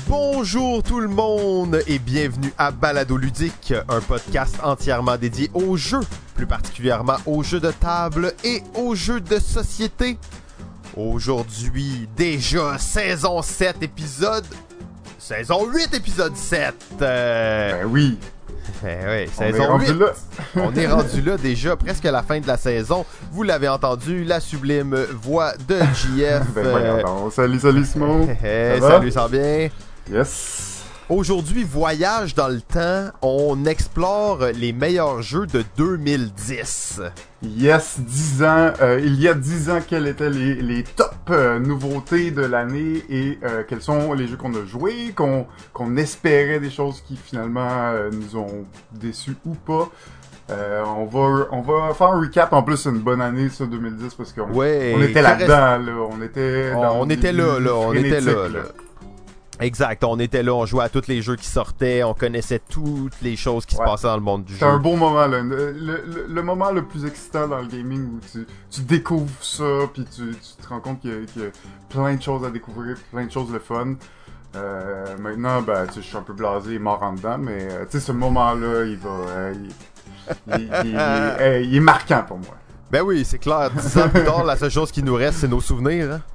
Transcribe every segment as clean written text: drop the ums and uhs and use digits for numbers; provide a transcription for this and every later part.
Bonjour tout le monde et bienvenue à Balado Ludique, un podcast entièrement dédié aux jeux, plus particulièrement aux jeux de table et aux jeux de société. Aujourd'hui, déjà saison 7 épisode... Saison 8 épisode 7! Ben oui! Oui, saison 8. On est rendu là déjà, presque à la fin de la saison. Vous l'avez entendu, la sublime voix de JF. Salut Simon. Salut, ça va bien? Yes. Aujourd'hui, voyage dans le temps, on explore les meilleurs jeux de 2010. Yes, 10 ans. Il y a 10 ans, quels étaient les top nouveautés de l'année et quels sont les jeux qu'on a joués, qu'on espérait des choses qui finalement nous ont déçus ou pas. On va faire un recap. En plus, c'est une bonne année, ça, 2010, parce qu'on on était là-dedans, là. On était là. Exact, on était là, on jouait à tous les jeux qui sortaient, on connaissait toutes les choses qui se passaient dans le monde du jeu. C'est un beau moment, là. Le moment le plus excitant dans le gaming où tu découvres ça, puis tu te rends compte qu'il y a plein de choses à découvrir, plein de choses de fun. Maintenant, je suis un peu blasé, mort en dedans, mais ce moment-là, il est marquant pour moi. Ben oui, c'est clair. 10 ans plus tard, la seule chose qui nous reste, c'est nos souvenirs, hein?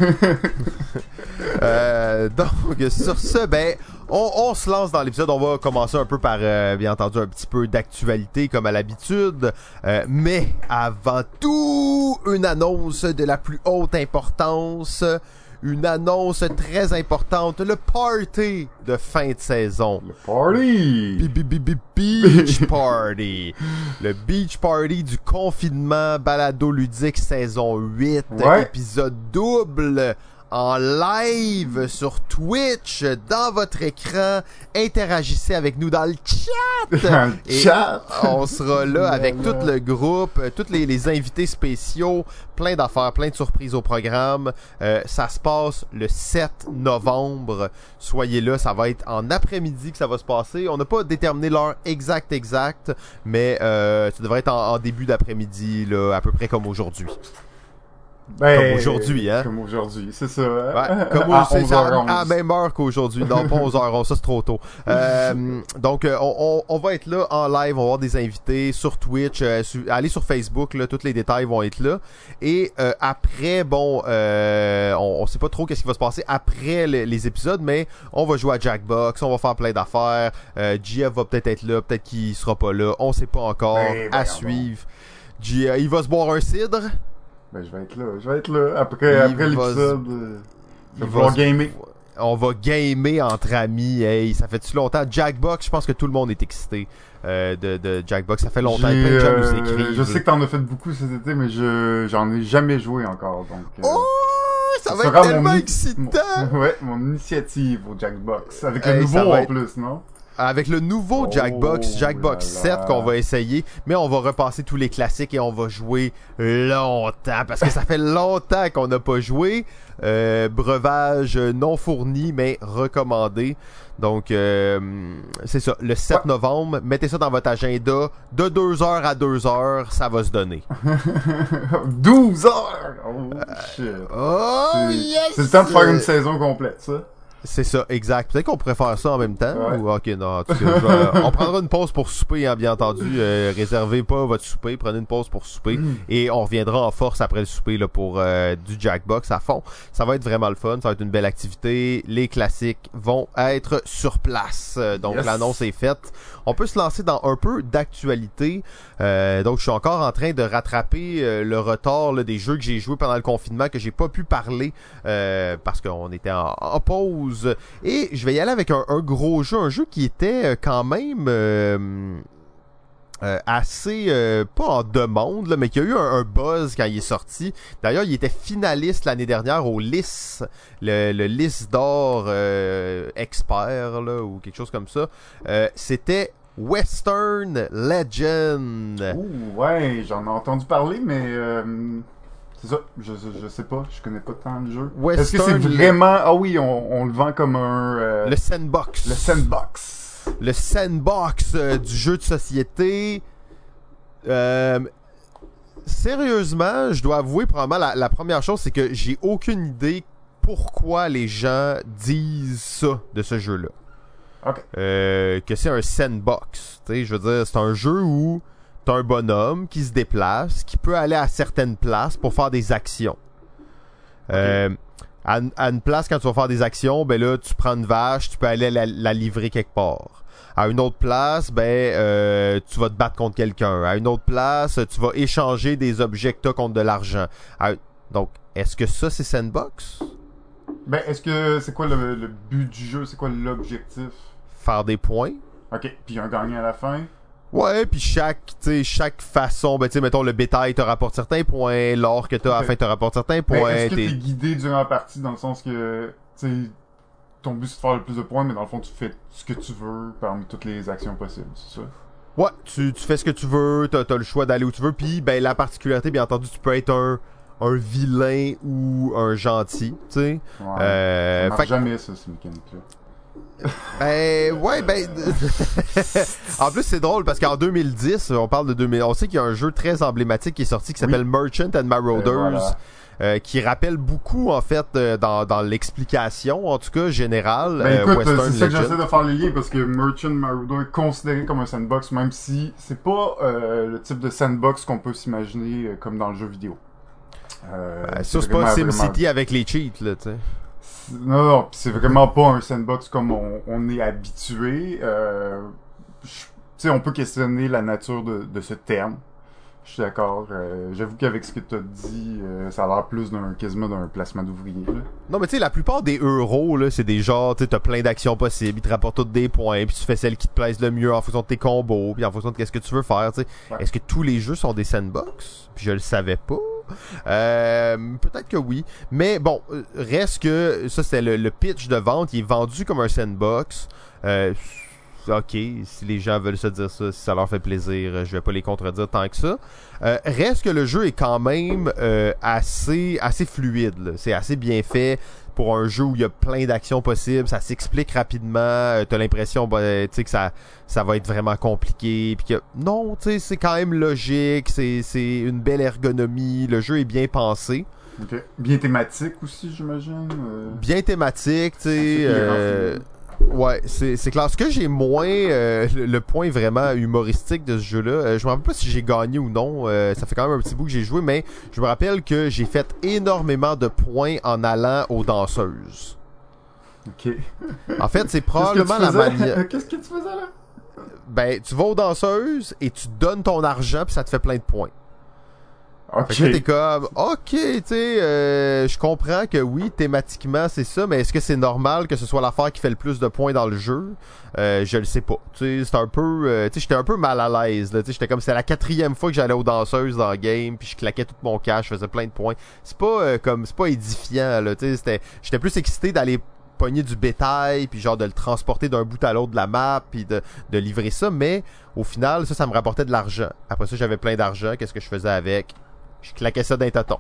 Donc sur ce, on se lance dans l'épisode. On va commencer un peu par bien entendu un petit peu d'actualité comme à l'habitude, mais avant tout, une annonce de la plus haute importance, une annonce très importante, le party de fin de saison. Le party! Beach Party. Le Beach Party du confinement Balado Ludique saison 8, épisode double, en live sur Twitch, dans votre écran. Interagissez avec nous dans le chat. On sera là avec tout le groupe, tous les invités spéciaux, plein d'affaires, plein de surprises au programme. Ça se passe le 7 novembre. Soyez là, ça va être en après-midi que ça va se passer. On n'a pas déterminé l'heure exacte, mais ça devrait être en début d'après-midi, là, à peu près comme aujourd'hui. Comme aujourd'hui, hein? Comme aujourd'hui, c'est ça. Ouais, comme à 11h11. À la même heure qu'aujourd'hui. Non, pas 11h11, ça c'est trop tôt. Donc, on va être là en live, on va avoir des invités sur Twitch, allez sur Facebook, là, tous les détails vont être là. Et après, on sait pas trop qu'est-ce qui va se passer après les épisodes, mais on va jouer à Jackbox, on va faire plein d'affaires. GF va peut-être être là, peut-être qu'il sera pas là, on sait pas encore, à suivre. Il va se boire un cidre. Je vais être là. Après l'épisode, on va gamer. On va gamer entre amis. Hey, ça fait-tu longtemps? Jackbox, je pense que tout le monde est excité de Jackbox. Ça fait longtemps que plein de gens nous écrivent. Je sais que t'en as fait beaucoup cet été, mais j'en ai jamais joué encore. Donc, ça va être tellement excitant! Mon initiative au Jackbox. Avec le nouveau en plus, non? Avec le nouveau Jackbox 7 qu'on va essayer, mais on va repasser tous les classiques et on va jouer longtemps, parce que ça fait longtemps qu'on n'a pas joué. Breuvage non fourni, mais recommandé. Donc, c'est ça, le 7 novembre, mettez ça dans votre agenda, de 2h à 2h, ça va se donner. 12 heures! Oh, shit! Yes! C'est le temps de faire une saison complète, ça. C'est ça, exact. Peut-être qu'on pourrait faire ça en même temps. Ouais. Ou, ok, non, en tout cas, on prendra une pause pour souper, hein, bien entendu. Réservez pas votre souper, prenez une pause pour souper. Et on reviendra en force après le souper là, pour du Jackbox à fond. Ça va être vraiment le fun, ça va être une belle activité. Les classiques vont être sur place. Donc l'annonce est faite. On peut se lancer dans un peu d'actualité. Donc je suis encore en train de rattraper le retard là, des jeux que j'ai joués pendant le confinement, que j'ai pas pu parler parce qu'on était en pause. Et je vais y aller avec un gros jeu, un jeu qui était quand même assez pas en demande là, mais qui a eu un buzz quand il est sorti. D'ailleurs, il était finaliste l'année dernière au LIS, le LIS d'or expert là, ou quelque chose comme ça. C'était Western Legend. Ouh, ouais, j'en ai entendu parler, mais c'est ça, je sais pas, je connais pas tant le jeu. Western, est-ce que c'est vraiment... Ah oui, on le vend comme un... Le sandbox. Le sandbox. Le sandbox du jeu de société. Sérieusement, je dois avouer, probablement, la première chose, c'est que j'ai aucune idée pourquoi les gens disent ça de ce jeu-là. Ok. Que c'est un sandbox. Tu sais, je veux dire, c'est un jeu où t'as un bonhomme qui se déplace, qui peut aller à certaines places pour faire des actions. À une place, quand tu vas faire des actions, ben là, tu prends une vache, tu peux aller la livrer quelque part. À une autre place, tu vas te battre contre quelqu'un. À une autre place, tu vas échanger des objets que t'as contre de l'argent. Donc, est-ce que ça, c'est sandbox? Ben, est-ce que c'est quoi le but du jeu? C'est quoi l'objectif? Faire des points. Ok, puis un gagnant à la fin? Ouais, puis chaque façon, mettons, le bétail te rapporte certains points, l'or que t'as à la fin te rapporte certains points. Ben, est-ce que t'es guidé durant la partie dans le sens que, tu sais, ton but c'est de faire le plus de points, mais dans le fond tu fais ce que tu veux parmi toutes les actions possibles, c'est ça? Ouais, tu fais ce que tu veux, t'as le choix d'aller où tu veux, puis ben la particularité, bien entendu, tu peux être un vilain ou un gentil, tu sais. Ouais, ça marche jamais ça, cette mécanique-là. En plus c'est drôle parce qu'en 2010, on parle de 2000, on sait qu'il y a un jeu très emblématique qui est sorti qui s'appelle Merchant and Marauders, qui rappelle beaucoup en fait dans l'explication en tout cas générale. Écoute, Western c'est ça que Legend. j'essaie de faire les liens parce que Merchant Marauder est considéré comme un sandbox, même si c'est pas le type de sandbox qu'on peut s'imaginer comme dans le jeu vidéo. Ça c'est pas SimCity avec les cheats là, tu sais. Non, pis c'est vraiment pas un sandbox comme on est habitué. Tu sais, on peut questionner la nature de ce terme. Je suis d'accord. J'avoue qu'avec ce que t'as dit, ça a l'air plus quasiment d'un placement d'ouvrier. Non, mais tu sais, la plupart des euros, là, c'est des genres, tu sais, t'as plein d'actions possibles, ils te rapportent toutes des points, puis tu fais celles qui te plaisent le mieux en fonction de tes combos, puis en fonction de qu'est-ce que tu veux faire, tu sais. Ouais. Est-ce que tous les jeux sont des sandbox? Puis je le savais pas. Peut-être que oui. Mais bon, reste que, ça c'est le pitch de vente, il est vendu comme un sandbox. Ok, si les gens veulent se dire ça, si ça leur fait plaisir, je vais pas les contredire tant que ça. Reste que le jeu est quand même assez fluide, là. C'est assez bien fait pour un jeu où il y a plein d'actions possibles, ça s'explique rapidement, t'as l'impression tu sais que ça va être vraiment compliqué, puis que non, tu sais, c'est quand même logique, c'est une belle ergonomie, le jeu est bien pensé. Okay. Bien thématique aussi, j'imagine. Bien thématique, tu sais. Ouais, c'est clair. Ce que j'ai moins, le point vraiment humoristique de ce jeu-là, je me rappelle pas si j'ai gagné ou non, ça fait quand même un petit bout que j'ai joué, mais je me rappelle que j'ai fait énormément de points en allant aux danseuses. Ok. En fait, c'est probablement la manière... Qu'est-ce que tu faisais là? Ben, tu vas aux danseuses et tu donnes ton argent puis ça te fait plein de points. Ok. Fait que là, t'es comme, ok, tu sais, je comprends que oui, thématiquement, c'est ça, mais est-ce que c'est normal que ce soit l'affaire qui fait le plus de points dans le jeu? Je le sais pas. Tu sais, c'est un peu, tu sais, j'étais un peu mal à l'aise, là, tu sais, j'étais comme, c'était la 4e fois que j'allais aux danseuses dans le game, puis je claquais tout mon cash, je faisais plein de points. C'est pas, c'est pas édifiant, là, tu sais, j'étais plus excité d'aller pogner du bétail, puis genre de le transporter d'un bout à l'autre de la map, puis de livrer ça, mais au final, ça me rapportait de l'argent. Après ça, j'avais plein d'argent, qu'est-ce que je faisais avec? Je claquais ça d'un tâton.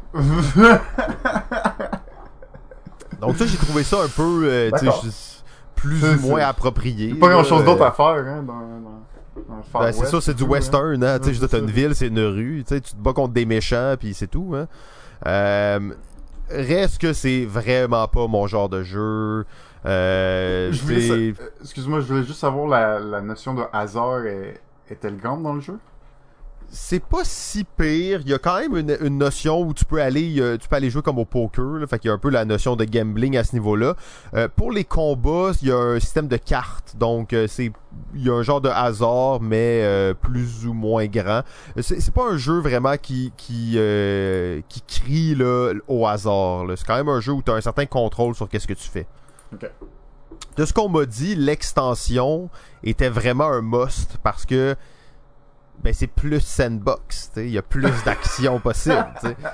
Donc ça, j'ai trouvé ça un peu plus ou moins approprié. Pas grand-chose d'autre à faire hein, dans le Far West. C'est ça, c'est du western. Hein, tu sais, t'as une ville, c'est une rue. Tu te bats contre des méchants, puis c'est tout. Hein. Reste que c'est vraiment pas mon genre de jeu. Excuse-moi, je voulais juste savoir la notion de hasard est-elle grande dans le jeu? C'est pas si pire. Il y a quand même une notion où tu peux aller jouer comme au poker. Là, fait qu'il y a un peu la notion de gambling à ce niveau-là. Pour les combats, il y a un système de cartes. Donc, il y a un genre de hasard, mais plus ou moins grand. C'est pas un jeu vraiment qui crie là, au hasard. Là. C'est quand même un jeu où tu as un certain contrôle sur qu'est-ce que tu fais. Okay. De ce qu'on m'a dit, l'extension était vraiment un must parce que ben c'est plus sandbox, il y a plus d'actions possibles,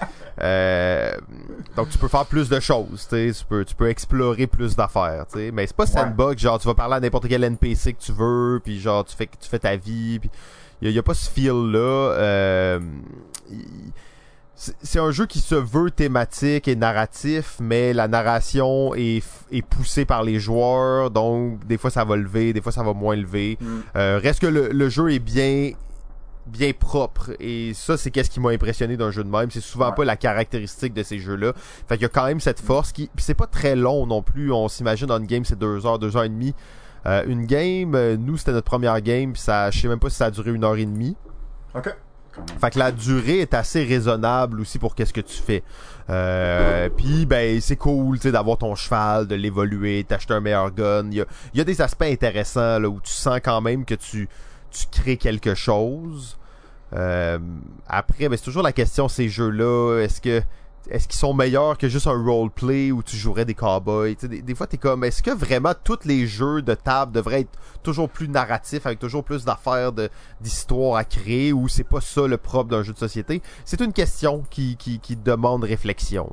donc tu peux faire plus de choses, tu peux explorer plus d'affaires, mais c'est pas sandbox, genre tu vas parler à n'importe quel NPC que tu veux, puis genre tu fais ta vie, puis il y a pas ce feel là. C'est un jeu qui se veut thématique et narratif, mais la narration est poussée par les joueurs, donc des fois ça va lever, des fois ça va moins lever. Reste que le jeu est bien bien propre. Et ça, c'est qu'est-ce qui m'a impressionné d'un jeu de même. C'est souvent pas la caractéristique de ces jeux-là. Fait qu'il y a quand même cette force qui... Puis c'est pas très long non plus. On s'imagine dans une game, c'est 2 heures, 2 heures et demie. Une game, nous, c'était notre première game. Puis ça, je sais même pas si ça a duré 1 heure et demie. OK. Fait que la durée est assez raisonnable aussi pour qu'est-ce que tu fais. Puis ben c'est cool, tu sais, d'avoir ton cheval, de l'évoluer, t'acheter un meilleur gun. Il y a des aspects intéressants là où tu sens quand même que tu crées quelque chose. Après, ben c'est toujours la question ces jeux-là. Est-ce qu'ils sont meilleurs que juste un roleplay où tu jouerais des cowboys? Des fois, t'es comme, est-ce que vraiment tous les jeux de table devraient être toujours plus narratifs, avec toujours plus d'affaires, d'histoires à créer, ou c'est pas ça le propre d'un jeu de société? C'est une question qui demande réflexion,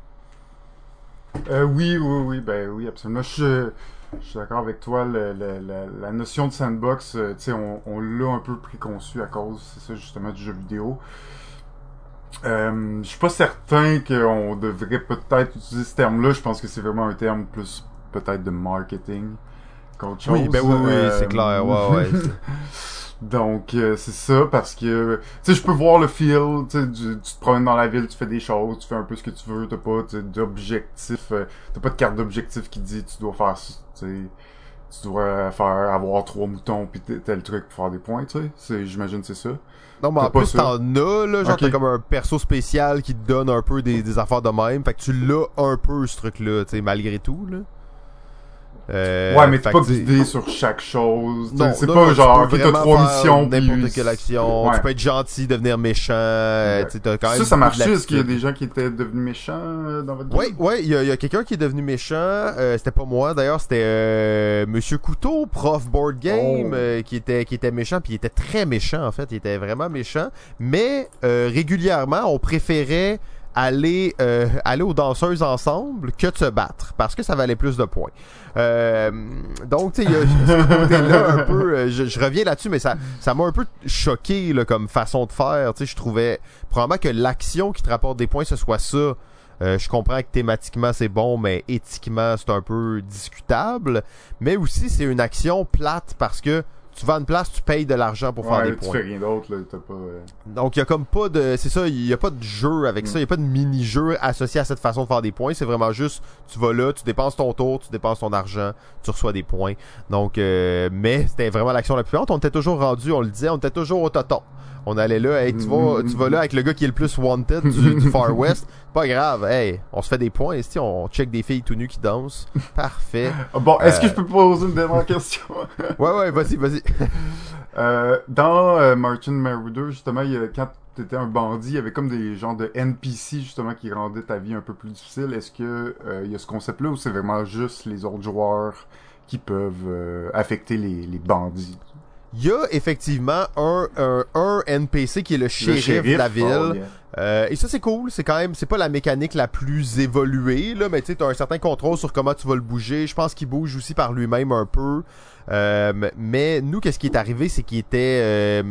là. Oui, absolument. Je suis d'accord avec toi. La notion de sandbox, tu sais, on l'a un peu préconçu à cause, c'est ça justement, du jeu vidéo. Je suis pas certain qu'on devrait peut-être utiliser ce terme-là. Je pense que c'est vraiment un terme plus peut-être de marketing qu'autre chose. Oui, c'est clair. Ouais. Donc c'est ça, parce que tu sais, je peux voir le feel, tu te promènes dans la ville, tu fais des choses, tu fais un peu ce que tu veux, t'as pas d'objectif, t'as pas de carte d'objectif qui dit tu dois faire, tu dois avoir 3 moutons puis tel truc pour faire des points, tu sais. J'imagine c'est ça. Non, mais en plus, t'en as, là, genre, t'as comme un perso spécial qui te donne un peu des affaires de même. Fait que tu l'as un peu, ce truc-là, tu sais, malgré tout, là. Ouais, mais t'es pas guidé sur chaque chose. Non, c'est pas genre, ok, t'as 3 missions, n'importe quelle action. Ouais. Tu peux être gentil, devenir méchant. Ouais. T'as quand même ça marche. Est-ce qu'il y a des gens qui étaient devenus méchants dans votre game? Oui, il y a quelqu'un qui est devenu méchant. C'était pas moi, d'ailleurs, c'était Monsieur Couteau, prof board game, qui était méchant, puis il était très méchant, en fait. Il était vraiment méchant. Mais régulièrement, on préférait aller aux danseuses ensemble que de se battre, parce que ça valait plus de points. Donc, tu sais, il y a ce côté-là un peu... je reviens là-dessus, mais ça m'a un peu choqué là, comme façon de faire. Tu sais, je trouvais probablement que l'action qui te rapporte des points, ce soit ça. Je comprends que thématiquement c'est bon, mais éthiquement c'est un peu discutable. Mais aussi, c'est une action plate parce que tu vas à une place, tu payes de l'argent pour faire des points. Tu fais rien d'autre, là, t'as pas... Donc, il y a comme pas de... C'est ça, il y a pas de jeu avec ça, il y a pas de mini-jeu associé à cette façon de faire des points. C'est vraiment juste, tu vas là, tu dépenses ton tour, tu dépenses ton argent, tu reçois des points. Donc, mais c'était vraiment l'action la plus lente. On était toujours rendu, on le disait, on était toujours au toton. On allait là, hey, tu vas là avec le gars qui est le plus wanted du Far West. Pas grave, hey, on se fait des points. Ici, on check des filles tout nues qui dansent. Parfait. Bon, est-ce que je peux poser une dernière question? Ouais, vas-y. Dans Merchant Marauder, justement, quand t'étais un bandit, il y avait comme des genres de NPC, justement, qui rendaient ta vie un peu plus difficile. Est-ce que il y a ce concept-là ou c'est vraiment juste les autres joueurs qui peuvent affecter les bandits? Il y a effectivement un NPC qui est le shérif de la ville. Et ça, c'est cool. C'est quand même, c'est pas la mécanique la plus évoluée, là, mais tu sais, t'as un certain contrôle sur comment tu vas le bouger. Je pense qu'il bouge aussi par lui-même un peu. Mais nous, qu'est-ce qui est arrivé, c'est qu'il était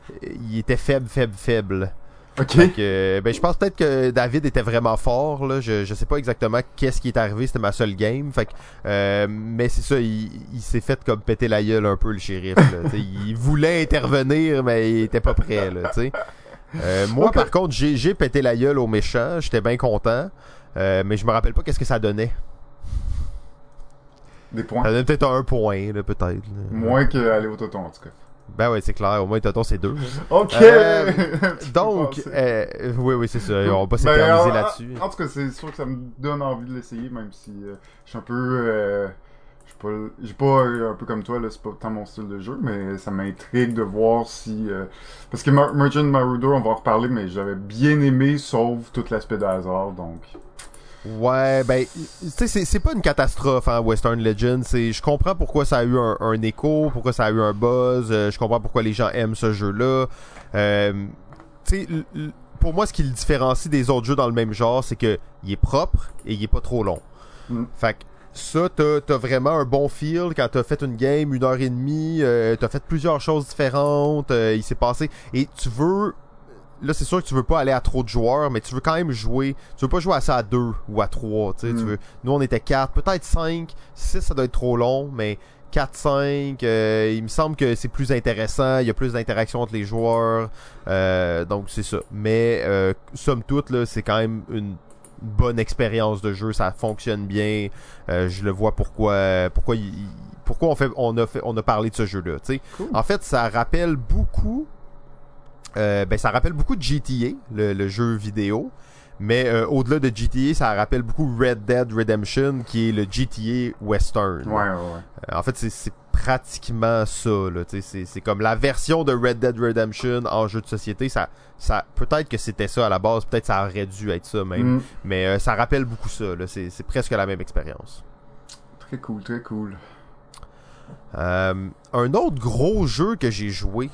faible. Ok. Donc, je pense peut-être que David était vraiment fort, là. Je sais pas exactement qu'est-ce qui est arrivé, c'était ma seule game. Fait que, mais c'est ça, il s'est fait comme péter la gueule un peu, le shérif, là. Il voulait intervenir, mais il était pas prêt, là, tu sais. Moi, par contre, j'ai pété la gueule au méchant, j'étais bien content, mais je me rappelle pas qu'est-ce que ça donnait. Des points. Ça donnait peut-être 1 point, là, peut-être. Là. Moins qu'aller au toton, en tout cas. Ben ouais, c'est clair, au moins Toton c'est 2. Ok! Donc, oui, c'est ça, on va pas s'éterniser là-dessus. En tout cas, c'est sûr que ça me donne envie de l'essayer, même si je suis un peu... j'ai pas un peu comme toi, là, c'est pas tant mon style de jeu, mais ça m'intrigue de voir si... parce que Merchant Marauder, on va en reparler, mais j'avais bien aimé, sauf tout l'aspect de hasard, donc... Ouais, ben, tu sais, c'est pas une catastrophe, hein, Western Legends. Je comprends pourquoi ça a eu un écho, pourquoi ça a eu un buzz, je comprends pourquoi les gens aiment ce jeu-là. Tu sais, pour moi, ce qui le différencie des autres jeux dans le même genre, c'est que il est propre et il est pas trop long. Fait que ça, t'as vraiment un bon feel quand t'as fait une game 1h30, t'as fait plusieurs choses différentes, il s'est passé, et tu veux... Là, c'est sûr que tu veux pas aller à trop de joueurs, mais tu veux quand même jouer. Tu veux pas jouer à ça à 2 ou à 3. Tu sais, tu veux. Nous, on était 4, peut-être 5. 6, ça doit être trop long, mais 4-5, il me semble que c'est plus intéressant, il y a plus d'interaction entre les joueurs, donc c'est ça. Mais somme toute, là, c'est quand même une bonne expérience de jeu, ça fonctionne bien. Je le vois pourquoi on a parlé de ce jeu-là. Cool. En fait, ça rappelle beaucoup de GTA, le jeu vidéo. Mais au-delà de GTA, ça rappelle beaucoup Red Dead Redemption, qui est le GTA Western. Ouais. En fait, c'est pratiquement ça. Là, c'est comme la version de Red Dead Redemption en jeu de société. Ça, peut-être que c'était ça à la base, peut-être ça aurait dû être ça même. Mais ça rappelle beaucoup ça. Là, c'est presque la même expérience. Très cool, très cool. Un autre gros jeu que j'ai joué,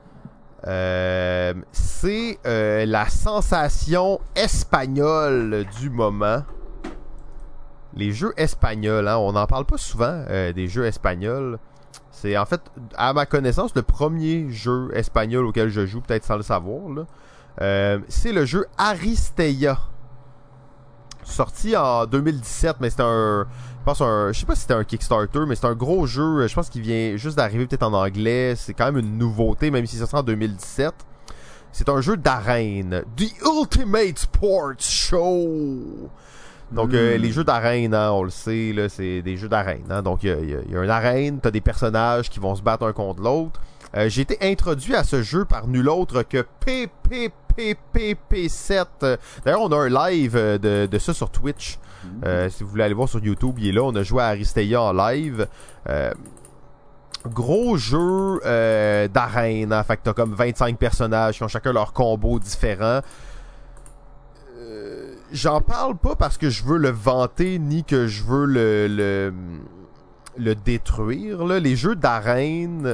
c'est la sensation espagnole du moment. Les jeux espagnols, hein, on n'en parle pas souvent des jeux espagnols. C'est en fait, à ma connaissance, le premier jeu espagnol auquel je joue, peut-être sans le savoir, là. C'est le jeu Aristeia, sorti en 2017, mais c'est je sais pas si c'était un Kickstarter, mais c'est un gros jeu, je pense qu'il vient juste d'arriver peut-être en anglais, c'est quand même une nouveauté, même si ça sort en 2017. C'est un jeu d'arène, The Ultimate Sports Show. Donc les jeux d'arène, hein, on le sait, là, c'est des jeux d'arène, hein. Donc il y a une arène, t'as des personnages qui vont se battre un contre l'autre. J'ai été introduit à ce jeu par nul autre que PPPP7. D'ailleurs, on a un live de ça sur Twitch. Si vous voulez aller voir sur YouTube, il est là. On a joué à Aristeia en live. Gros jeu d'arène, hein. Fait que t'as comme 25 personnages qui ont chacun leur combo différent. J'en parle pas parce que je veux le vanter ni que je veux le détruire, là. Les jeux d'arène,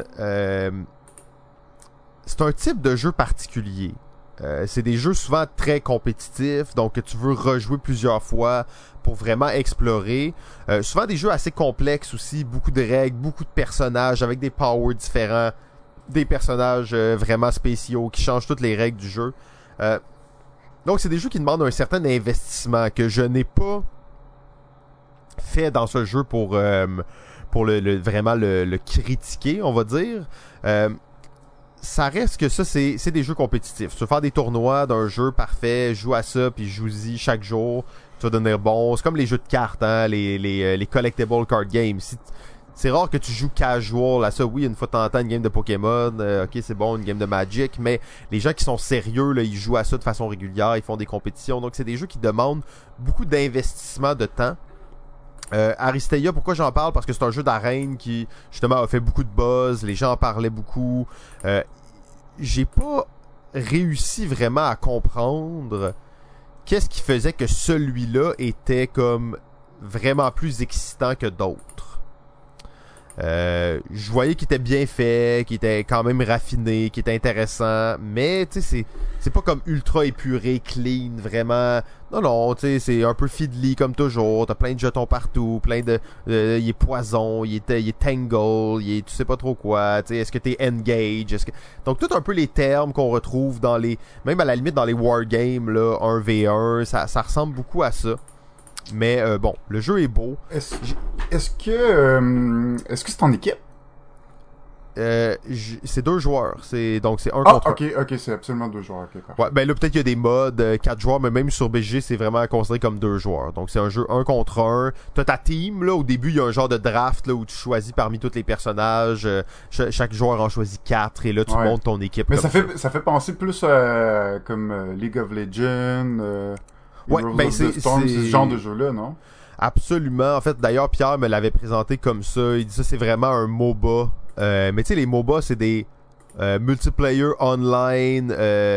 c'est un type de jeu particulier. C'est des jeux souvent très compétitifs, donc tu veux rejouer plusieurs fois pour vraiment explorer. Souvent des jeux assez complexes aussi, beaucoup de règles, beaucoup de personnages avec des powers différents, des personnages vraiment spéciaux qui changent toutes les règles du jeu. Donc c'est des jeux qui demandent un certain investissement que je n'ai pas fait dans ce jeu pour vraiment le critiquer, on va dire. Ça reste que ça, c'est des jeux compétitifs. Tu veux faire des tournois d'un jeu parfait, joue à ça, puis joue-y chaque jour, tu vas devenir bon. C'est comme les jeux de cartes, hein, les collectible card games. C'est rare que tu joues casual à ça. Oui, une fois de temps en temps, une game de Pokémon, ok, c'est bon, une game de Magic, mais les gens qui sont sérieux, là, ils jouent à ça de façon régulière, ils font des compétitions. Donc, c'est des jeux qui demandent beaucoup d'investissement de temps. Aristeia, pourquoi j'en parle? Parce que c'est un jeu d'arène qui, justement, a fait beaucoup de buzz. Les gens en parlaient beaucoup. J'ai pas réussi vraiment à comprendre qu'est-ce qui faisait que celui-là était comme vraiment plus excitant que d'autres. Je voyais qu'il était bien fait, qu'il était quand même raffiné, qu'il était intéressant, mais tu sais, c'est pas comme ultra épuré, clean, vraiment. Non, tu sais, c'est un peu fiddly comme toujours. T'as plein de jetons partout, plein de, il est poison, il est tangle, tu sais pas trop quoi. Tu sais, est-ce que t'es engage, donc tout un peu les termes qu'on retrouve dans même à la limite dans les wargames là, 1v1, ça ressemble beaucoup à ça. Mais bon, le jeu est beau. Est-ce que c'est en équipe? C'est 2 joueurs. Donc c'est un contre un. Ok, c'est absolument 2 joueurs. Okay, ouais, ben là peut-être qu'il y a des modes 4 joueurs, mais même sur BG c'est vraiment considéré comme 2 joueurs. Donc c'est un jeu 1 contre 1. T'as ta team là, au début il y a un genre de draft là où tu choisis parmi tous les personnages. Chaque joueur en choisit 4 et là tu montes ton équipe. Mais ça fait penser plus comme League of Legends. Ouais, ben c'est ce genre de jeu-là, non? Absolument. En fait, d'ailleurs, Pierre me l'avait présenté comme ça. Il dit ça, c'est vraiment un MOBA. Mais tu sais, les MOBA, c'est des multiplayer online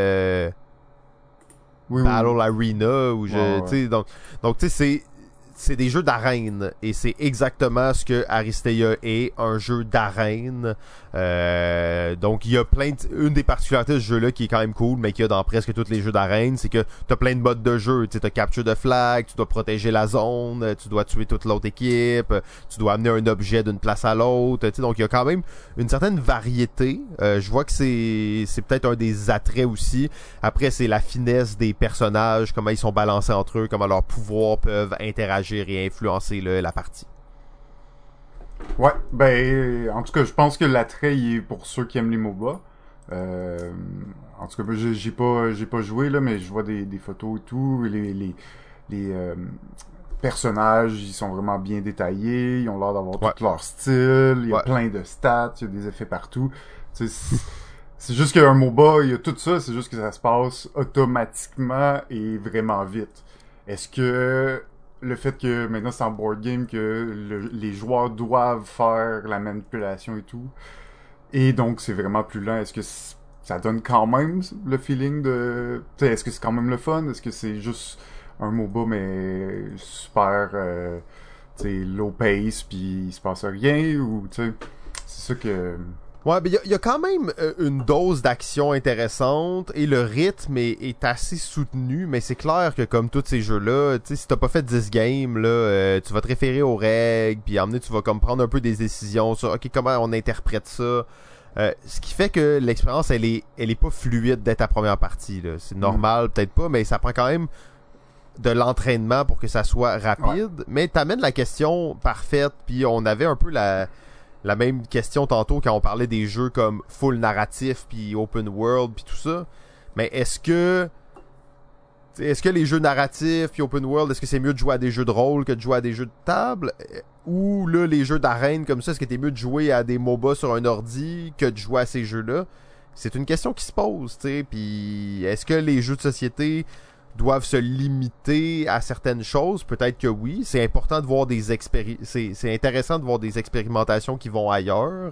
Battle Arena. Tu sais, donc tu sais, c'est des jeux d'arène. Et c'est exactement ce que Aristeia est, un jeu d'arène. Donc il y a une des particularités de ce jeu-là qui est quand même cool, mais qu'il y a dans presque tous les jeux d'arène, c'est que t'as plein de modes de jeu. Tu sais, t'as capture de flag, tu dois protéger la zone, tu dois tuer toute l'autre équipe, tu dois amener un objet d'une place à l'autre. Tu sais, donc il y a quand même une certaine variété. Je vois que c'est peut-être un des attraits aussi. Après, c'est la finesse des personnages, comment ils sont balancés entre eux, comment leurs pouvoirs peuvent interagir et influencer la partie. Ouais, ben, en tout cas, je pense que l'attrait, il est pour ceux qui aiment les MOBA. En tout cas, j'ai pas joué, là, mais je vois des photos et tout. Les personnages, ils sont vraiment bien détaillés. Ils ont l'air d'avoir tout leur style. Il y a plein de stats. Il y a des effets partout. C'est juste qu'un MOBA, il y a tout ça. C'est juste que ça se passe automatiquement et vraiment vite. Est-ce que le fait que maintenant c'est en board game, que les joueurs doivent faire la manipulation et tout, et donc c'est vraiment plus lent, est-ce que ça donne quand même le feeling de... T'sais, est-ce que c'est quand même le fun? Est-ce que c'est juste un MOBA mais super low pace puis il se passe rien? Ou c'est ça que... Ouais, mais il y a quand même une dose d'action intéressante et le rythme est assez soutenu, mais c'est clair que comme tous ces jeux-là, tu sais, si t'as pas fait 10 games, là, tu vas te référer aux règles, puis emmener, tu vas comme prendre un peu des décisions sur ok, comment on interprète ça. Ce qui fait que l'expérience, elle est pas fluide dès ta première partie, là. C'est normal, peut-être pas, mais ça prend quand même de l'entraînement pour que ça soit rapide. Mais t'amènes la question parfaite, puis on avait un peu la même question tantôt quand on parlait des jeux comme full narratif puis open world puis tout ça. Mais est-ce que les jeux narratifs puis open world, est-ce que c'est mieux de jouer à des jeux de rôle que de jouer à des jeux de table? Ou là, les jeux d'arène comme ça, est-ce que t'es mieux de jouer à des MOBA sur un ordi que de jouer à ces jeux-là? C'est une question qui se pose, tu sais. Puis est-ce que les jeux de société doivent se limiter à certaines choses? Peut-être que oui. C'est important de voir c'est intéressant de voir des expérimentations qui vont ailleurs.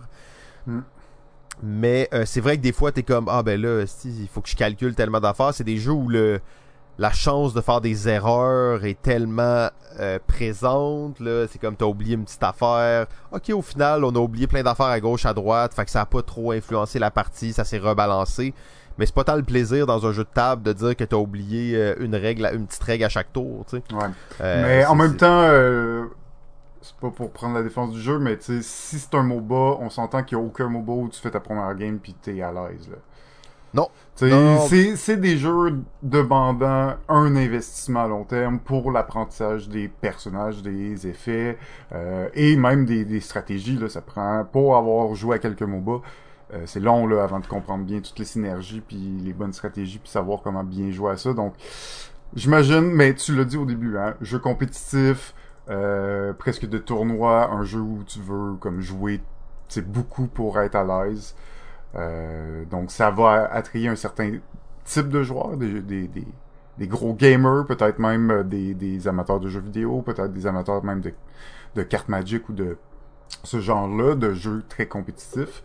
Mais c'est vrai que des fois, t'es comme, ah ben là, il faut que je calcule tellement d'affaires. C'est des jeux où la chance de faire des erreurs est tellement présente, là. C'est comme t'as oublié une petite affaire. Ok, au final, on a oublié plein d'affaires à gauche, à droite. Fait que ça a pas trop influencé la partie. Ça s'est rebalancé. Mais c'est pas tant le plaisir dans un jeu de table de dire que t'as oublié une petite règle à chaque tour, tu sais. Ouais. Mais en même temps, c'est pas pour prendre la défense du jeu, mais tu sais, si c'est un MOBA, on s'entend qu'il y a aucun MOBA où tu fais ta première game pis t'es à l'aise, là. Non. C'est des jeux demandant un investissement à long terme pour l'apprentissage des personnages, des effets, et même des stratégies, là. Ça prend, pour avoir joué à quelques MOBA, c'est long là avant de comprendre bien toutes les synergies puis les bonnes stratégies puis savoir comment bien jouer à ça. Donc j'imagine, mais tu l'as dit au début, hein, jeu compétitif, presque de tournoi, un jeu où tu veux comme jouer, c'est beaucoup pour être à l'aise. Donc ça va attirer un certain type de joueurs, des gros gamers, peut-être même des amateurs de jeux vidéo, peut-être des amateurs même de cartes Magic ou de ce genre-là de jeux très compétitifs.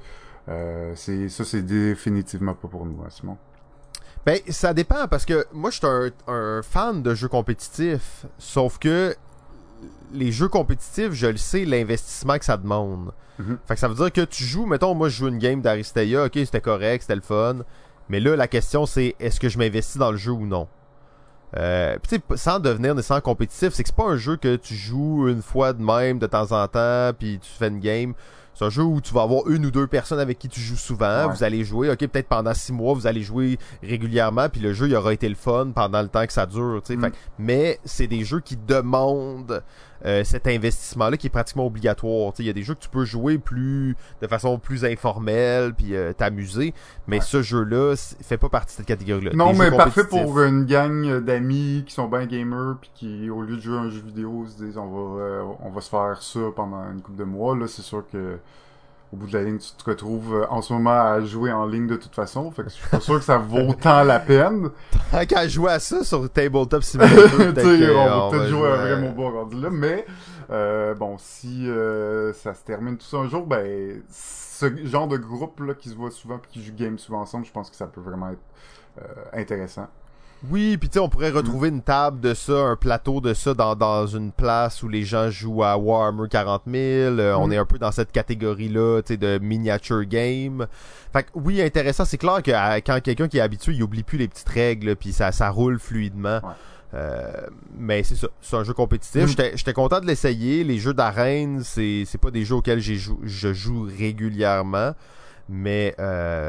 C'est définitivement pas pour nous, hein, Simon. Ben, ça dépend, parce que moi, je suis un fan de jeux compétitifs, sauf que les jeux compétitifs, je le sais, l'investissement que ça demande. Fait que ça veut dire que tu joues, mettons, moi, je joue une game d'Aristea, ok, c'était correct, c'était le fun, mais là, la question, c'est, est-ce que je m'investis dans le jeu ou non? Pis tu sais, sans devenir nécessairement compétitif, c'est que c'est pas un jeu que tu joues une fois de même, de temps en temps, puis tu fais une game. C'est un jeu où tu vas avoir une ou deux personnes avec qui tu joues souvent. Ouais. Vous allez jouer, ok, peut-être pendant 6 mois, vous allez jouer régulièrement, puis le jeu, il aura été le fun pendant le temps que ça dure, tu sais. Mais c'est des jeux qui demandent cet investissement-là qui est pratiquement obligatoire. Il y a des jeux que tu peux jouer de façon plus informelle, puis t'amuser, mais ce jeu-là fait pas partie de cette catégorie-là. Non, mais parfait pour une gang d'amis qui sont bien gamers, puis qui, au lieu de jouer à un jeu vidéo, se disent on va se faire ça pendant une couple de mois. Là, c'est sûr que au bout de la ligne, tu te retrouves en ce moment à jouer en ligne de toute façon. Fait que je suis pas sûr que ça vaut tant la peine. Tant qu'à jouer à ça sur Tabletop Simulator, on va peut-être jouer à un vrai MOBA rendu là. Mais bon, si ça se termine tout ça un jour, ben ce genre de groupe là qui se voit souvent et qui joue game souvent ensemble, je pense que ça peut vraiment être intéressant. Oui, puis tu sais, on pourrait retrouver une table de ça, un plateau de ça dans une place où les gens jouent à Warhammer 40 000. On est un peu dans cette catégorie-là, tu sais, de miniature game. Fait que oui, intéressant. C'est clair que quand quelqu'un qui est habitué, il oublie plus les petites règles, puis ça roule fluidement. Ouais. Mais c'est ça, c'est un jeu compétitif. J'étais content de l'essayer. Les jeux d'arène, c'est pas des jeux auxquels je joue régulièrement. Mais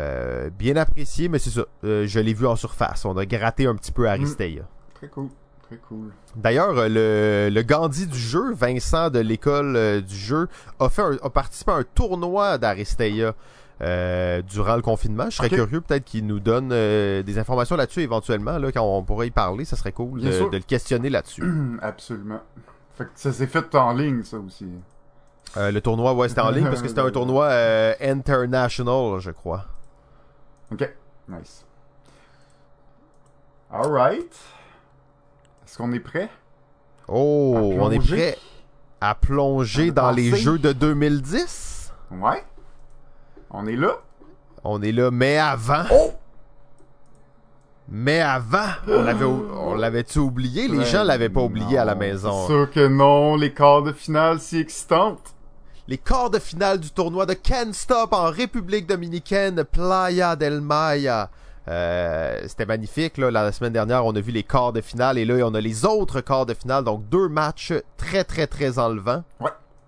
bien apprécié, mais c'est ça. Je l'ai vu en surface. On a gratté un petit peu Aristea. Très cool. Très cool. D'ailleurs, le Gandhi du jeu, Vincent de l'école du jeu, a participé à un tournoi d'Aristeia durant le confinement. Je serais curieux peut-être qu'il nous donne des informations là-dessus éventuellement, là, quand on pourrait y parler. Ça serait cool de le questionner là-dessus. Absolument. Fait que ça s'est fait en ligne, ça aussi. Le tournoi, ouais, c'était en ligne parce que c'était un tournoi international, je crois. Ok, nice. Alright. Est-ce qu'on est prêt? Oh, on est prêt à plonger dans les jeux de 2010? Ouais. On est là. On est là, mais avant... Oh! Mais avant, on l'avait-tu oublié? Les gens l'avaient pas oublié à la maison. C'est sûr que non, les quarts de finale si excitantes. Les quarts de finale du tournoi de Can't Stop en République Dominicaine, Playa del Maya. C'était magnifique, là. La semaine dernière, on a vu les quarts de finale et là, on a les autres quarts de finale. Donc, 2 matchs très, très, très enlevants. Ouais.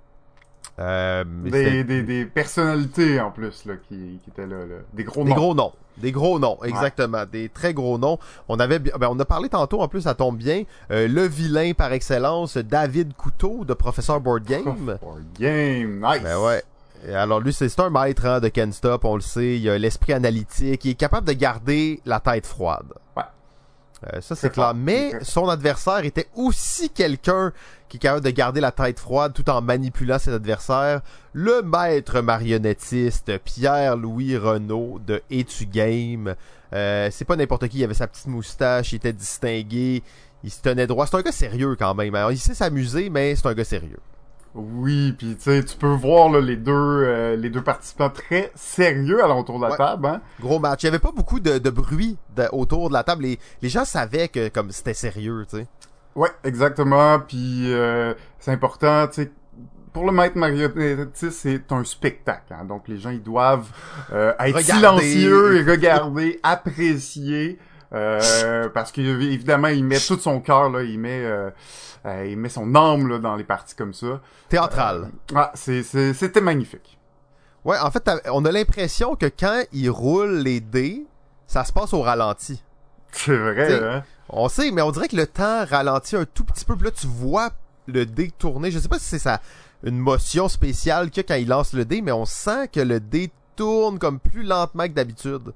Des personnalités en plus là, qui étaient là. Des gros noms. Des gros noms, exactement. Ouais. Des très gros noms. On a parlé tantôt, en plus, ça tombe bien, le vilain par excellence, David Couteau de Professeur Board Game. Board Game, nice! Ben ouais. Et alors lui, c'est un maître de Can't Stop, on le sait. Il a l'esprit analytique. Il est capable de garder la tête froide. Ouais. Ça, c'est clair. Mais son adversaire était aussi quelqu'un qui est capable de garder la tête froide tout en manipulant ses adversaires. Le maître marionnettiste Pierre-Louis Renaud de Etu Game. C'est pas n'importe qui. Il avait sa petite moustache, il était distingué, il se tenait droit. C'est un gars sérieux quand même. Alors, il sait s'amuser, mais c'est un gars sérieux. Oui, puis tu sais, tu peux voir là, les deux participants très sérieux autour de la table, hein. Gros match. Il y avait pas beaucoup de bruit autour de la table. Les gens savaient que comme c'était sérieux, tu sais. Ouais, exactement. Puis c'est important, tu sais. Pour le maître marionnettiste, c'est un spectacle, hein. Donc les gens ils doivent être silencieux et regarder, apprécier. Parce qu'évidemment, il met tout son cœur, là, il met son âme là, dans les parties comme ça. Théâtral. C'était magnifique. Ouais, en fait, on a l'impression que quand il roule les dés, ça se passe au ralenti. C'est vrai, hein? On sait, mais on dirait que le temps ralentit un tout petit peu. Puis là, tu vois le dé tourner. Je sais pas si c'est une motion spéciale qu'il y a quand il lance le dé, mais on sent que le dé tourne comme plus lentement que d'habitude.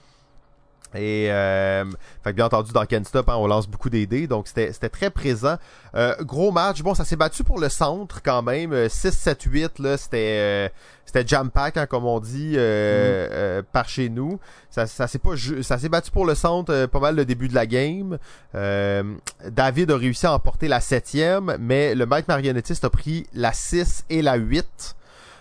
Et fait que bien entendu dans Can't Stop, hein, on lance beaucoup des dés, donc c'était très présent. Gros match, bon, ça s'est battu pour le centre quand même, 6-7-8 là, c'était jam-pack, hein, comme on dit par chez nous. Ça s'est battu pour le centre pas mal le début de la game. David a réussi à emporter la 7e, mais le maître marionnettiste a pris la 6 et la 8.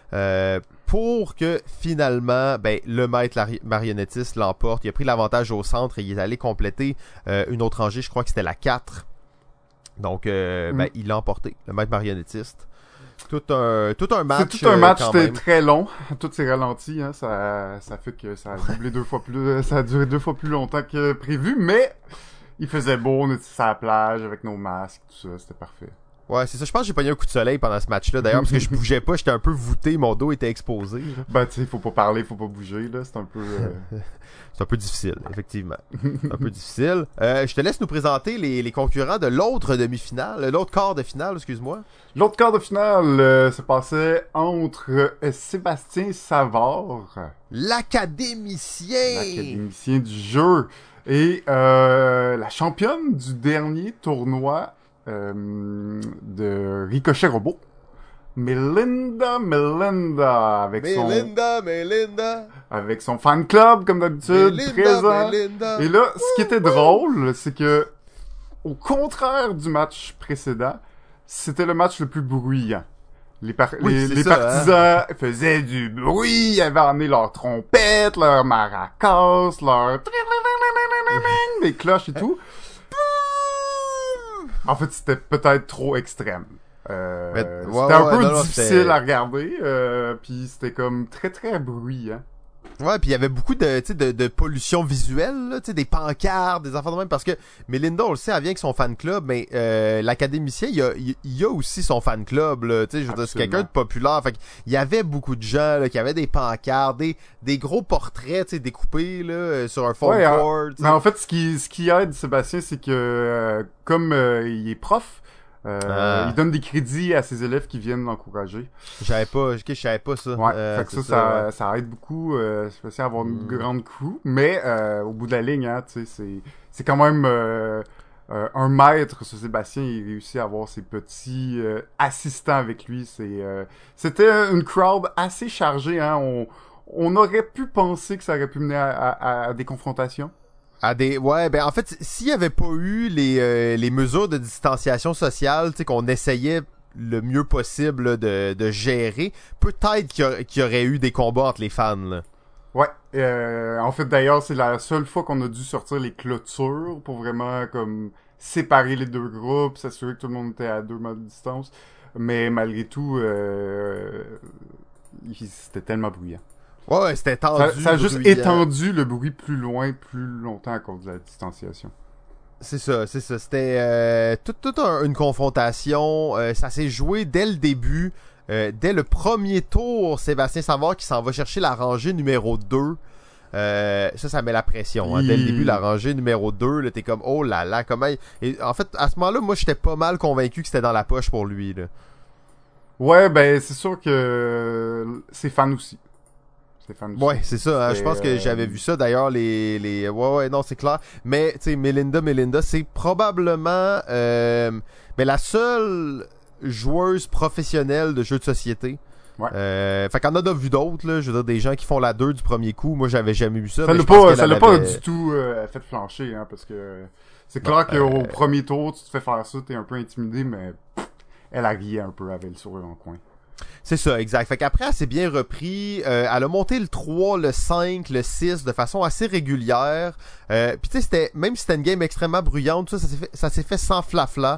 Pour que finalement le maître marionnettiste l'emporte. Il a pris l'avantage au centre et il est allé compléter une autre rangée, je crois que c'était la 4. Donc il l'a emporté, le maître marionnettiste. Tout un match. C'est tout un match, c'était très long. Tout s'est ralenti, hein, ça fait que ça a doublé 2 fois plus, ça a duré 2 fois plus longtemps que prévu, mais il faisait beau, on était sur la plage avec nos masques, tout ça, c'était parfait. Ouais, c'est ça. Je pense que j'ai pogné un coup de soleil pendant ce match-là, d'ailleurs, parce que je bougeais pas, j'étais un peu voûté, mon dos était exposé. Là. Ben, tu sais, faut pas parler, faut pas bouger, là, c'est un peu... c'est un peu difficile, effectivement. Un peu difficile. Je te laisse nous présenter les concurrents de l'autre demi-finale, l'autre quart de finale, excuse-moi. L'autre quart de finale se passait entre Sébastien Savard... L'académicien du jeu, et la championne du dernier tournoi... de Ricochet Robot, Melinda avec son fan club comme d'habitude présent. Et là, ce qui était drôle, c'est que au contraire du match précédent, c'était le match le plus bruyant. Les partisans faisaient du bruit, ils avaient amené leurs trompettes, leurs maracas, leurs des cloches et tout. En fait, c'était peut-être trop extrême. C'était un peu difficile à regarder, puis c'était comme très très bruyant. Ouais, puis il y avait beaucoup de, tu sais, de pollution visuelle, là, tu sais, des pancartes, des enfants de même, parce que Melinda, on le sait, elle vient avec son fan club, mais l'académicien, il y a aussi son fan club, là, tu sais, je veux dire, c'est quelqu'un de populaire, fait qu'il y avait beaucoup de gens, là, qui avaient des pancartes, des gros portraits, tu sais, découpés, là, sur un fond board. Mais en fait, ce qui aide Sébastien, c'est que, comme il est prof, il donne des crédits à ses élèves qui viennent l'encourager. Je savais pas ça. Ouais, fait que ça aide beaucoup, spécialement à avoir une grande crew, mais au bout de la ligne, hein, tu sais, c'est quand même un maître, ce Sébastien, il réussit à avoir ses petits assistants avec lui. C'était une crowd assez chargée, hein. On aurait pu penser que ça aurait pu mener à des confrontations. Ouais, ben en fait, s'il y avait pas eu les mesures de distanciation sociale, tu sais, qu'on essayait le mieux possible là, de gérer, peut-être qu'il y aurait eu des combats entre les fans, là. Ouais, en fait d'ailleurs c'est la seule fois qu'on a dû sortir les clôtures pour vraiment comme séparer les deux groupes, s'assurer que tout le monde était à 2 mètres de distance, mais malgré tout c'était tellement bruyant. Ouais, c'était tendu. Ça a juste étendu le bruit plus loin, plus longtemps à cause de la distanciation. C'est ça. C'était toute une confrontation. Ça s'est joué dès le début. Dès le premier tour, Sébastien Savard qui s'en va chercher la rangée numéro 2. Ça met la pression. Hein. Dès le début, la rangée numéro 2, là, t'es comme, oh là là, comment... Et en fait, à ce moment-là, moi, j'étais pas mal convaincu que c'était dans la poche pour lui, là. Ouais, ben, c'est sûr que c'est fan aussi. Ouais, c'est ça. Hein. Je pense que j'avais vu ça. D'ailleurs, ouais, non, c'est clair. Mais, tu sais, Melinda, c'est probablement la seule joueuse professionnelle de jeux de société. Ouais. Fait qu'on en a vu d'autres, là. Je veux dire, des gens qui font la 2 du premier coup. Moi, j'avais jamais vu ça. Ça l'a pas du tout fait flancher, hein, parce que c'est clair qu'au premier tour, tu te fais faire ça, t'es un peu intimidé, mais elle a rié un peu avec le sourire en coin. C'est ça, exact. Fait qu'après, elle s'est bien repris. Elle a monté le 3, le 5, le 6 de façon assez régulière. Puis tu sais, même si c'était une game extrêmement bruyante, ça s'est fait sans flafla.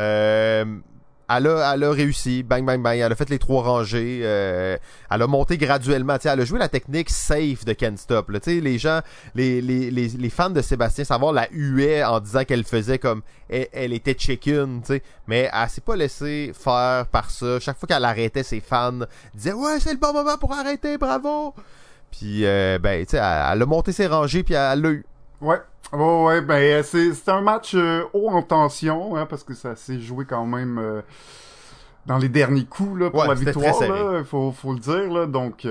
Elle a réussi, bang, bang, bang. Elle a fait les 3 rangées. Elle a monté graduellement. T'sais, elle a joué la technique safe de Can't Stop. Là. Les gens, les fans de Sébastien Savard la huaient en disant qu'elle faisait comme... Elle était chicken, t'sais. Mais elle s'est pas laissée faire par ça. Chaque fois qu'elle arrêtait, ses fans disaient « Ouais, c'est le bon moment pour arrêter, bravo! » Puis, elle a monté ses rangées, puis elle l'a eu. Ouais, ben c'était un match haut en tension, hein, parce que ça s'est joué quand même dans les derniers coups là pour la victoire, là, faut le dire là. Donc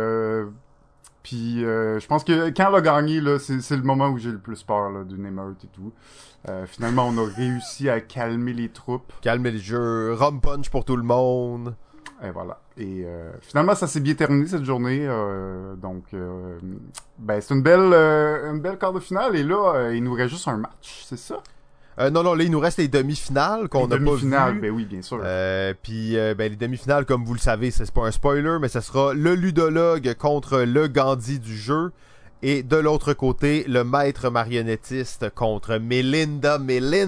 puis je pense que quand elle a gagné là, c'est le moment où j'ai le plus peur là, d'une émeute et tout. Finalement, on a réussi à calmer les troupes, calmer le jeu, rum punch pour tout le monde. Et voilà. Et finalement, ça s'est bien terminé cette journée. Donc, c'est une belle quart de finale. Et là, il nous reste juste un match, c'est ça? Non, là, il nous reste les demi-finales qu'on n'a pas vues. Les demi-finales, ben oui, bien sûr. Puis, les demi-finales, comme vous le savez, c'est pas un spoiler, mais ce sera le ludologue contre le Gandhi du jeu. Et de l'autre côté, le maître marionnettiste contre Melinda.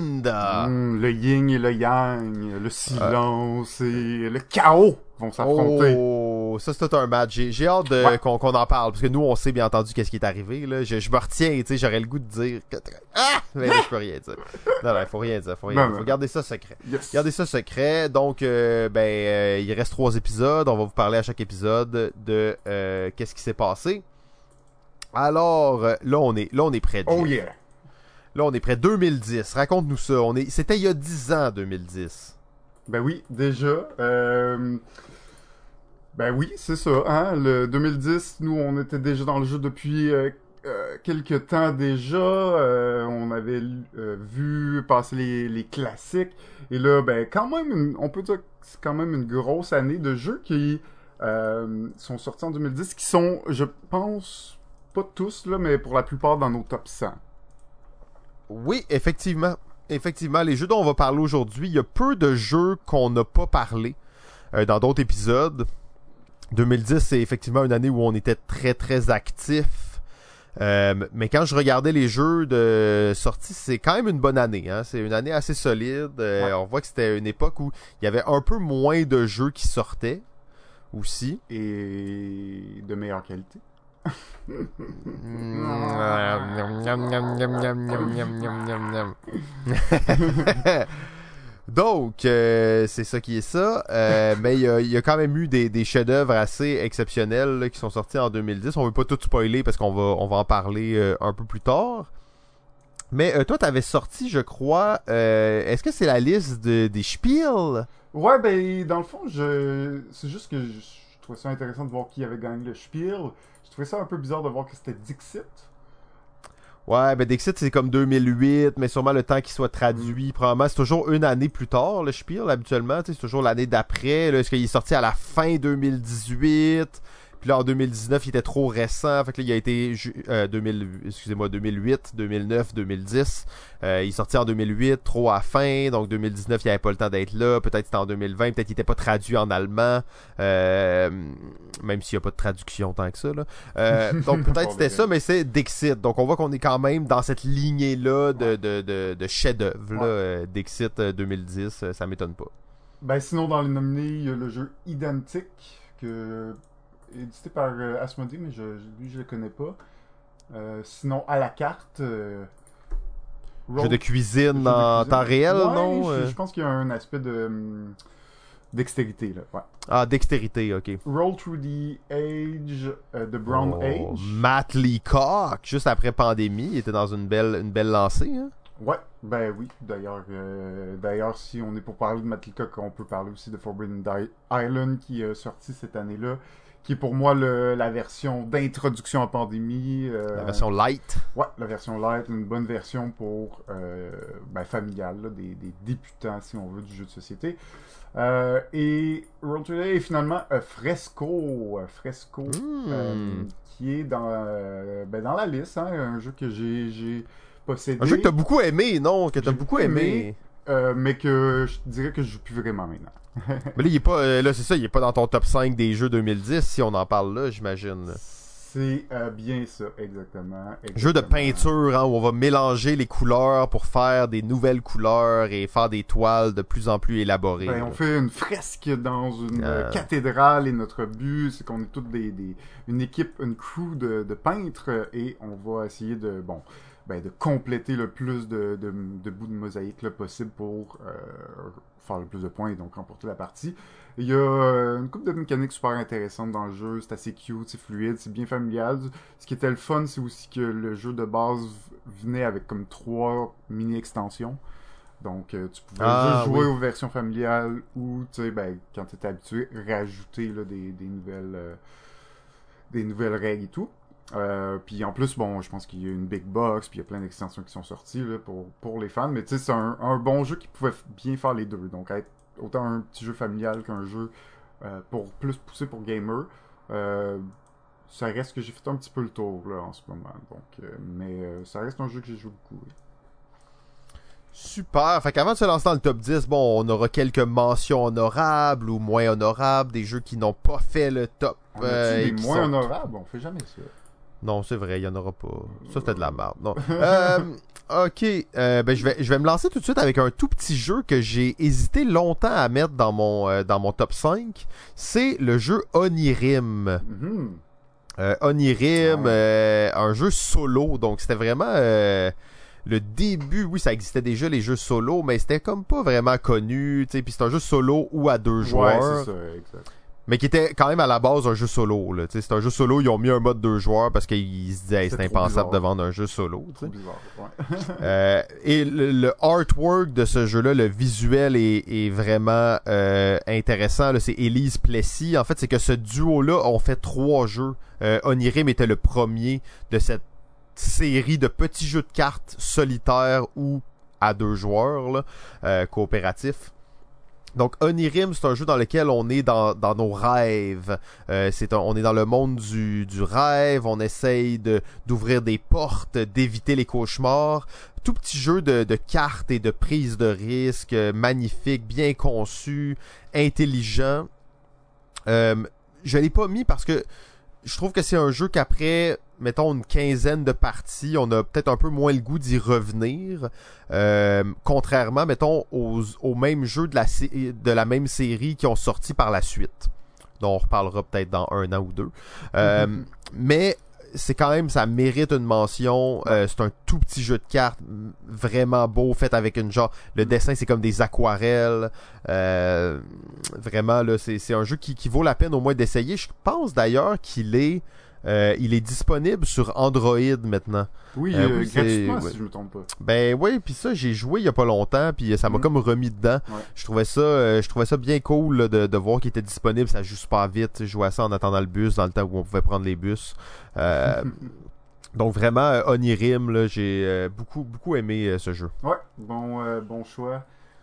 Le yin et le yang, le silence et le chaos vont s'affronter. Oh, ça c'est tout un match. J'ai hâte qu'on en parle, parce que nous, on sait bien entendu qu'est-ce qui est arrivé. Là. Je me retiens, tu sais, j'aurais le goût de dire... Ah! Mais là, je peux rien dire. Non, il faut rien dire. Faut garder ça secret. Yes. Garder ça secret. Donc, il reste 3 épisodes. On va vous parler à chaque épisode de qu'est-ce qui s'est passé. Alors, là, on est prêt. Oh yeah! Là, on est prêt. 2010. Raconte-nous ça. C'était il y a 10 ans, 2010. Ben oui, déjà. Ben oui, c'est ça. Hein? Le 2010, nous, on était déjà dans le jeu depuis quelques temps déjà. On avait vu passer les classiques. Et là, ben quand même, on peut dire que c'est quand même une grosse année de jeux qui sont sortis en 2010, qui sont, je pense... pas tous, là, mais pour la plupart dans nos top 100. Oui, effectivement. Effectivement, les jeux dont on va parler aujourd'hui, il y a peu de jeux qu'on n'a pas parlé dans d'autres épisodes. 2010, c'est effectivement une année où on était très, très actifs. Mais quand je regardais les jeux de sortie, c'est quand même une bonne année. Hein? C'est une année assez solide. On voit que c'était une époque où il y avait un peu moins de jeux qui sortaient aussi. Et de meilleure qualité. Donc, c'est ça qui est ça. Mais il y a quand même eu des chefs-d'œuvre assez exceptionnels là, qui sont sortis en 2010. On veut pas tout spoiler parce qu'on va en parler un peu plus tard. Mais toi, t'avais sorti, je crois, est-ce que c'est la liste des Spiels? Ouais, ben, dans le fond, c'est juste que je trouvais ça intéressant de voir qui avait gagné le Spiel. Je trouvais ça un peu bizarre de voir que c'était Dixit. Ouais, ben Dixit, c'est comme 2008, mais sûrement le temps qu'il soit traduit, probablement, c'est toujours une année plus tard, le Spiel, habituellement, c'est toujours l'année d'après, là, est-ce qu'il est sorti à la fin 2018? Puis là, en 2019, il était trop récent. Fait que là, il a été 2008, 2009, 2010. Il est sorti en 2008, trop à la fin. Donc 2019, il avait pas le temps d'être là. Peut-être c'était en 2020. Peut-être qu'il était pas traduit en allemand. Même s'il n'y a pas de traduction tant que ça. Là. Donc peut-être c'était ça, mais c'est Dixit. Donc on voit qu'on est quand même dans cette lignée-là de chef-d'œuvre. Là. Dixit 2010, ça m'étonne pas. Ben sinon, dans les nominés, il y a le jeu Identique, édité par Asmodee, mais lui, je le connais pas. Sinon, à la carte... jeu de cuisine en temps réel, ouais, non? Je pense qu'il y a un aspect de dextérité, là. Ouais. Ah, dextérité, ok. Roll Through the Age, The Brown Age. Matt Leacock, juste après pandémie, il était dans une belle lancée, hein? Ouais, ben oui. D'ailleurs, si on est pour parler de Matt Leacock, on peut parler aussi de Forbidden Island, qui est sorti cette année-là, qui est pour moi la version d'introduction à pandémie. La version light. Ouais, la version light, une bonne version pour familiale, là, des débutants, si on veut, du jeu de société. Et Roll to Day est finalement Fresco, qui est dans la liste, hein, un jeu que j'ai possédé. Un jeu que t'as beaucoup aimé, non? Que t'as beaucoup aimé. Mais que je dirais que je joue plus vraiment maintenant. Mais là, il est pas, là, c'est ça, il est pas dans ton top 5 des jeux 2010, si on en parle là, j'imagine. C'est bien ça, exactement. Jeu de peinture, hein, où on va mélanger les couleurs pour faire des nouvelles couleurs et faire des toiles de plus en plus élaborées. On fait une fresque dans une cathédrale et notre but, c'est qu'on est toutes une équipe, une crew de peintres et on va essayer de compléter le plus de bouts de mosaïque là, possible pour faire le plus de points et donc remporter la partie. Il y a une couple de mécaniques super intéressantes dans le jeu, c'est assez cute, c'est fluide, c'est bien familial. Ce qui était le fun, c'est aussi que le jeu de base venait avec comme 3 mini-extensions. Donc tu pouvais juste jouer aux versions familiales ou, tu sais, quand tu étais habitué, rajouter là, des nouvelles règles et tout. Puis en plus, je pense qu'il y a une big box, puis il y a plein d'extensions qui sont sorties là, pour les fans, mais tu sais, c'est un bon jeu qui pouvait bien faire les deux, donc être autant un petit jeu familial qu'un jeu pour plus poussé pour gamer. Ça reste que j'ai fait un petit peu le tour là en ce moment, donc mais ça reste un jeu que j'ai joué beaucoup. Oui. Super. Fait qu'avant de se lancer dans le top 10, on aura quelques mentions honorables ou moins honorables, des jeux qui n'ont pas fait le top. On a des moins honorables? On fait jamais ça. Non, c'est vrai, il n'y en aura pas. Ça, c'était de la merde. Non. Ok, je vais me lancer tout de suite avec un tout petit jeu que j'ai hésité longtemps à mettre dans mon top 5. C'est le jeu Onirim. Onirim, un jeu solo. Donc, c'était vraiment le début. Oui, ça existait déjà, les jeux solo, mais c'était comme pas vraiment connu. Puis c'est un jeu solo ou à 2 joueurs. Ouais, c'est ça, exact. Mais qui était quand même à la base un jeu solo. Là. C'est un jeu solo, ils ont mis un mode 2 joueurs parce qu'ils se disaient c'est impensable de vendre un jeu solo. C'est bizarre, ouais. Et le artwork de ce jeu-là, le visuel est vraiment intéressant. Là. C'est Elise Plessis. En fait, c'est que ce duo-là ont fait 3 jeux. Onirim était le premier de cette série de petits jeux de cartes solitaires ou à 2 joueurs là, coopératifs. Donc Onirim, c'est un jeu dans lequel on est dans nos rêves. On est dans le monde du rêve, on essaye d'ouvrir des portes, d'éviter les cauchemars. Tout petit jeu de cartes et de prise de risque, magnifique, bien conçu, intelligent. Je l'ai pas mis parce que je trouve que c'est un jeu qu'après, mettons, une quinzaine de parties, on a peut-être un peu moins le goût d'y revenir. Contrairement, mettons, aux mêmes jeux de la même série qui ont sorti par la suite. Dont on reparlera peut-être dans 1 an ou 2. Mais c'est quand même, ça mérite une mention. C'est un tout petit jeu de cartes, vraiment beau, fait avec une genre, le dessin c'est comme des aquarelles. Vraiment là, c'est un jeu qui vaut la peine au moins d'essayer. Je pense d'ailleurs qu'il est disponible sur Android maintenant. Oui, gratuitement, si je me trompe pas. Ben oui, puis ça, j'ai joué il y a pas longtemps, puis ça m'a comme remis dedans. Ouais. Je trouvais ça bien cool là, de voir qu'il était disponible. Ça joue super vite. Je jouais à ça en attendant le bus, dans le temps où on pouvait prendre les bus. Donc vraiment, Onirim, là, j'ai beaucoup aimé ce jeu. Ouais, bon choix.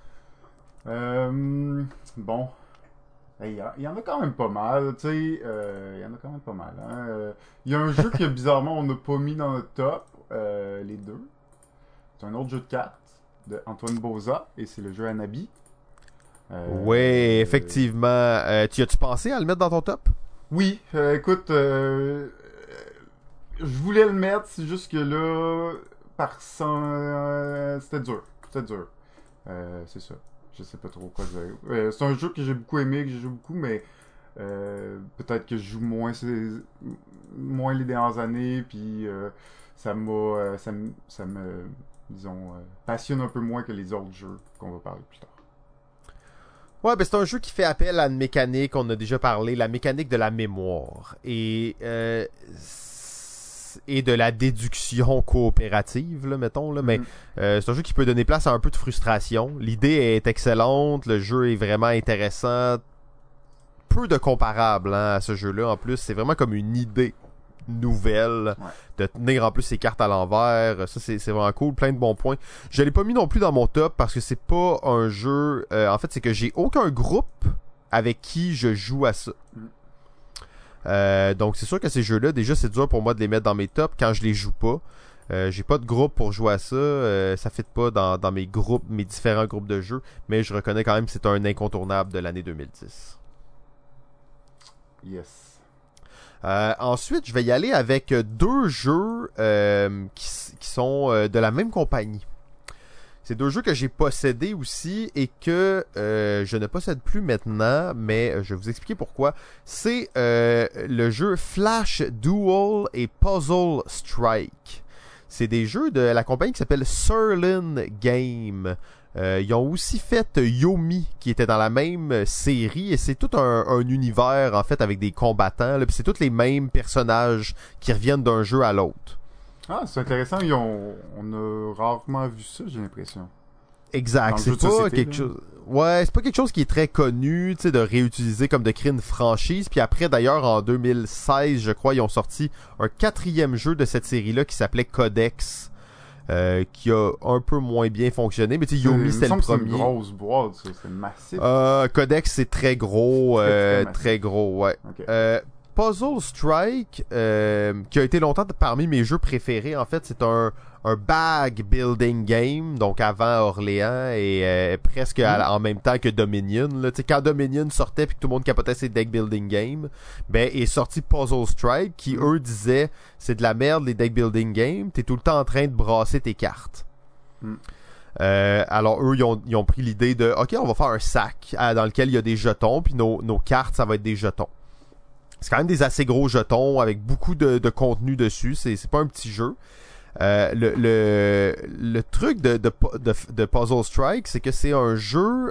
Bon. Il y en a quand même pas mal, tu sais. Il y en a quand même pas mal. Hein. Il y a un jeu que bizarrement on n'a pas mis dans notre top, les deux. C'est un autre jeu de cartes de Antoine Boza et c'est le jeu Anabi. Oui, effectivement. Tu as-tu pensé à le mettre dans ton top? Oui, écoute, je voulais le mettre, c'est juste que là, c'était dur. C'est ça. Je sais pas trop quoi dire. C'est un jeu que j'ai beaucoup aimé, que j'ai joué beaucoup, mais peut-être que je joue moins les dernières années, puis ça me disons, passionne un peu moins que les autres jeux qu'on va parler plus tard. Ouais, ben c'est un jeu qui fait appel à une mécanique, on a déjà parlé, la mécanique de la mémoire et de la déduction coopérative, là, mettons, là, mais c'est un jeu qui peut donner place à un peu de frustration. L'idée est excellente, le jeu est vraiment intéressant, peu de comparables à ce jeu-là, en plus, c'est vraiment comme une idée nouvelle, de tenir en plus ses cartes à l'envers, ça c'est vraiment cool, plein de bons points. Je l'ai pas mis non plus dans mon top parce que c'est pas un jeu, en fait c'est que j'ai aucun groupe avec qui je joue à ça. Donc c'est sûr que ces jeux-là, déjà c'est dur pour moi de les mettre dans mes tops quand je les joue pas. J'ai pas de groupe pour jouer à ça, ça fit pas dans mes différents groupes de jeux, mais je reconnais quand même que c'est un incontournable de l'année 2010. Yes. Ensuite, je vais y aller avec deux jeux qui sont de la même compagnie. C'est deux jeux que j'ai possédés aussi et que je ne possède plus maintenant, mais je vais vous expliquer pourquoi. C'est le jeu Flash Duel et Puzzle Strike. C'est des jeux de la compagnie qui s'appelle Surlin Game. Ils ont aussi fait Yomi, qui était dans la même série, et c'est tout un univers, en fait, avec des combattants, là, puis c'est tous les mêmes personnages qui reviennent d'un jeu à l'autre. Ah, c'est intéressant, on a rarement vu ça, j'ai l'impression. Exact, c'est pas quelque chose... Ouais, c'est pas quelque chose qui est très connu, tu sais, de réutiliser comme de créer une franchise, puis après, d'ailleurs, en 2016, je crois, ils ont sorti un 4e jeu de cette série-là qui s'appelait Codex. Qui a un peu moins bien fonctionné, mais tu sais, Yomi c'était le premier. C'est une grosse boîte, ça, c'est massif. Codex c'est très gros, très gros, ouais. Okay. Puzzle Strike, qui a été longtemps parmi mes jeux préférés, en fait, c'est un bag building game, donc avant Orléans et presque en même temps que Dominion. Là. Quand Dominion sortait puis que tout le monde capotait ses deck building games, ben est sorti Puzzle Strike qui eux disaient c'est de la merde les deck building games, t'es tout le temps en train de brasser tes cartes. Alors eux ils ont pris l'idée de ok on va faire un sac dans lequel il y a des jetons puis nos cartes ça va être des jetons. C'est quand même des assez gros jetons avec beaucoup de contenu dessus, c'est pas un petit jeu. Le truc de Puzzle Strike, c'est que c'est un jeu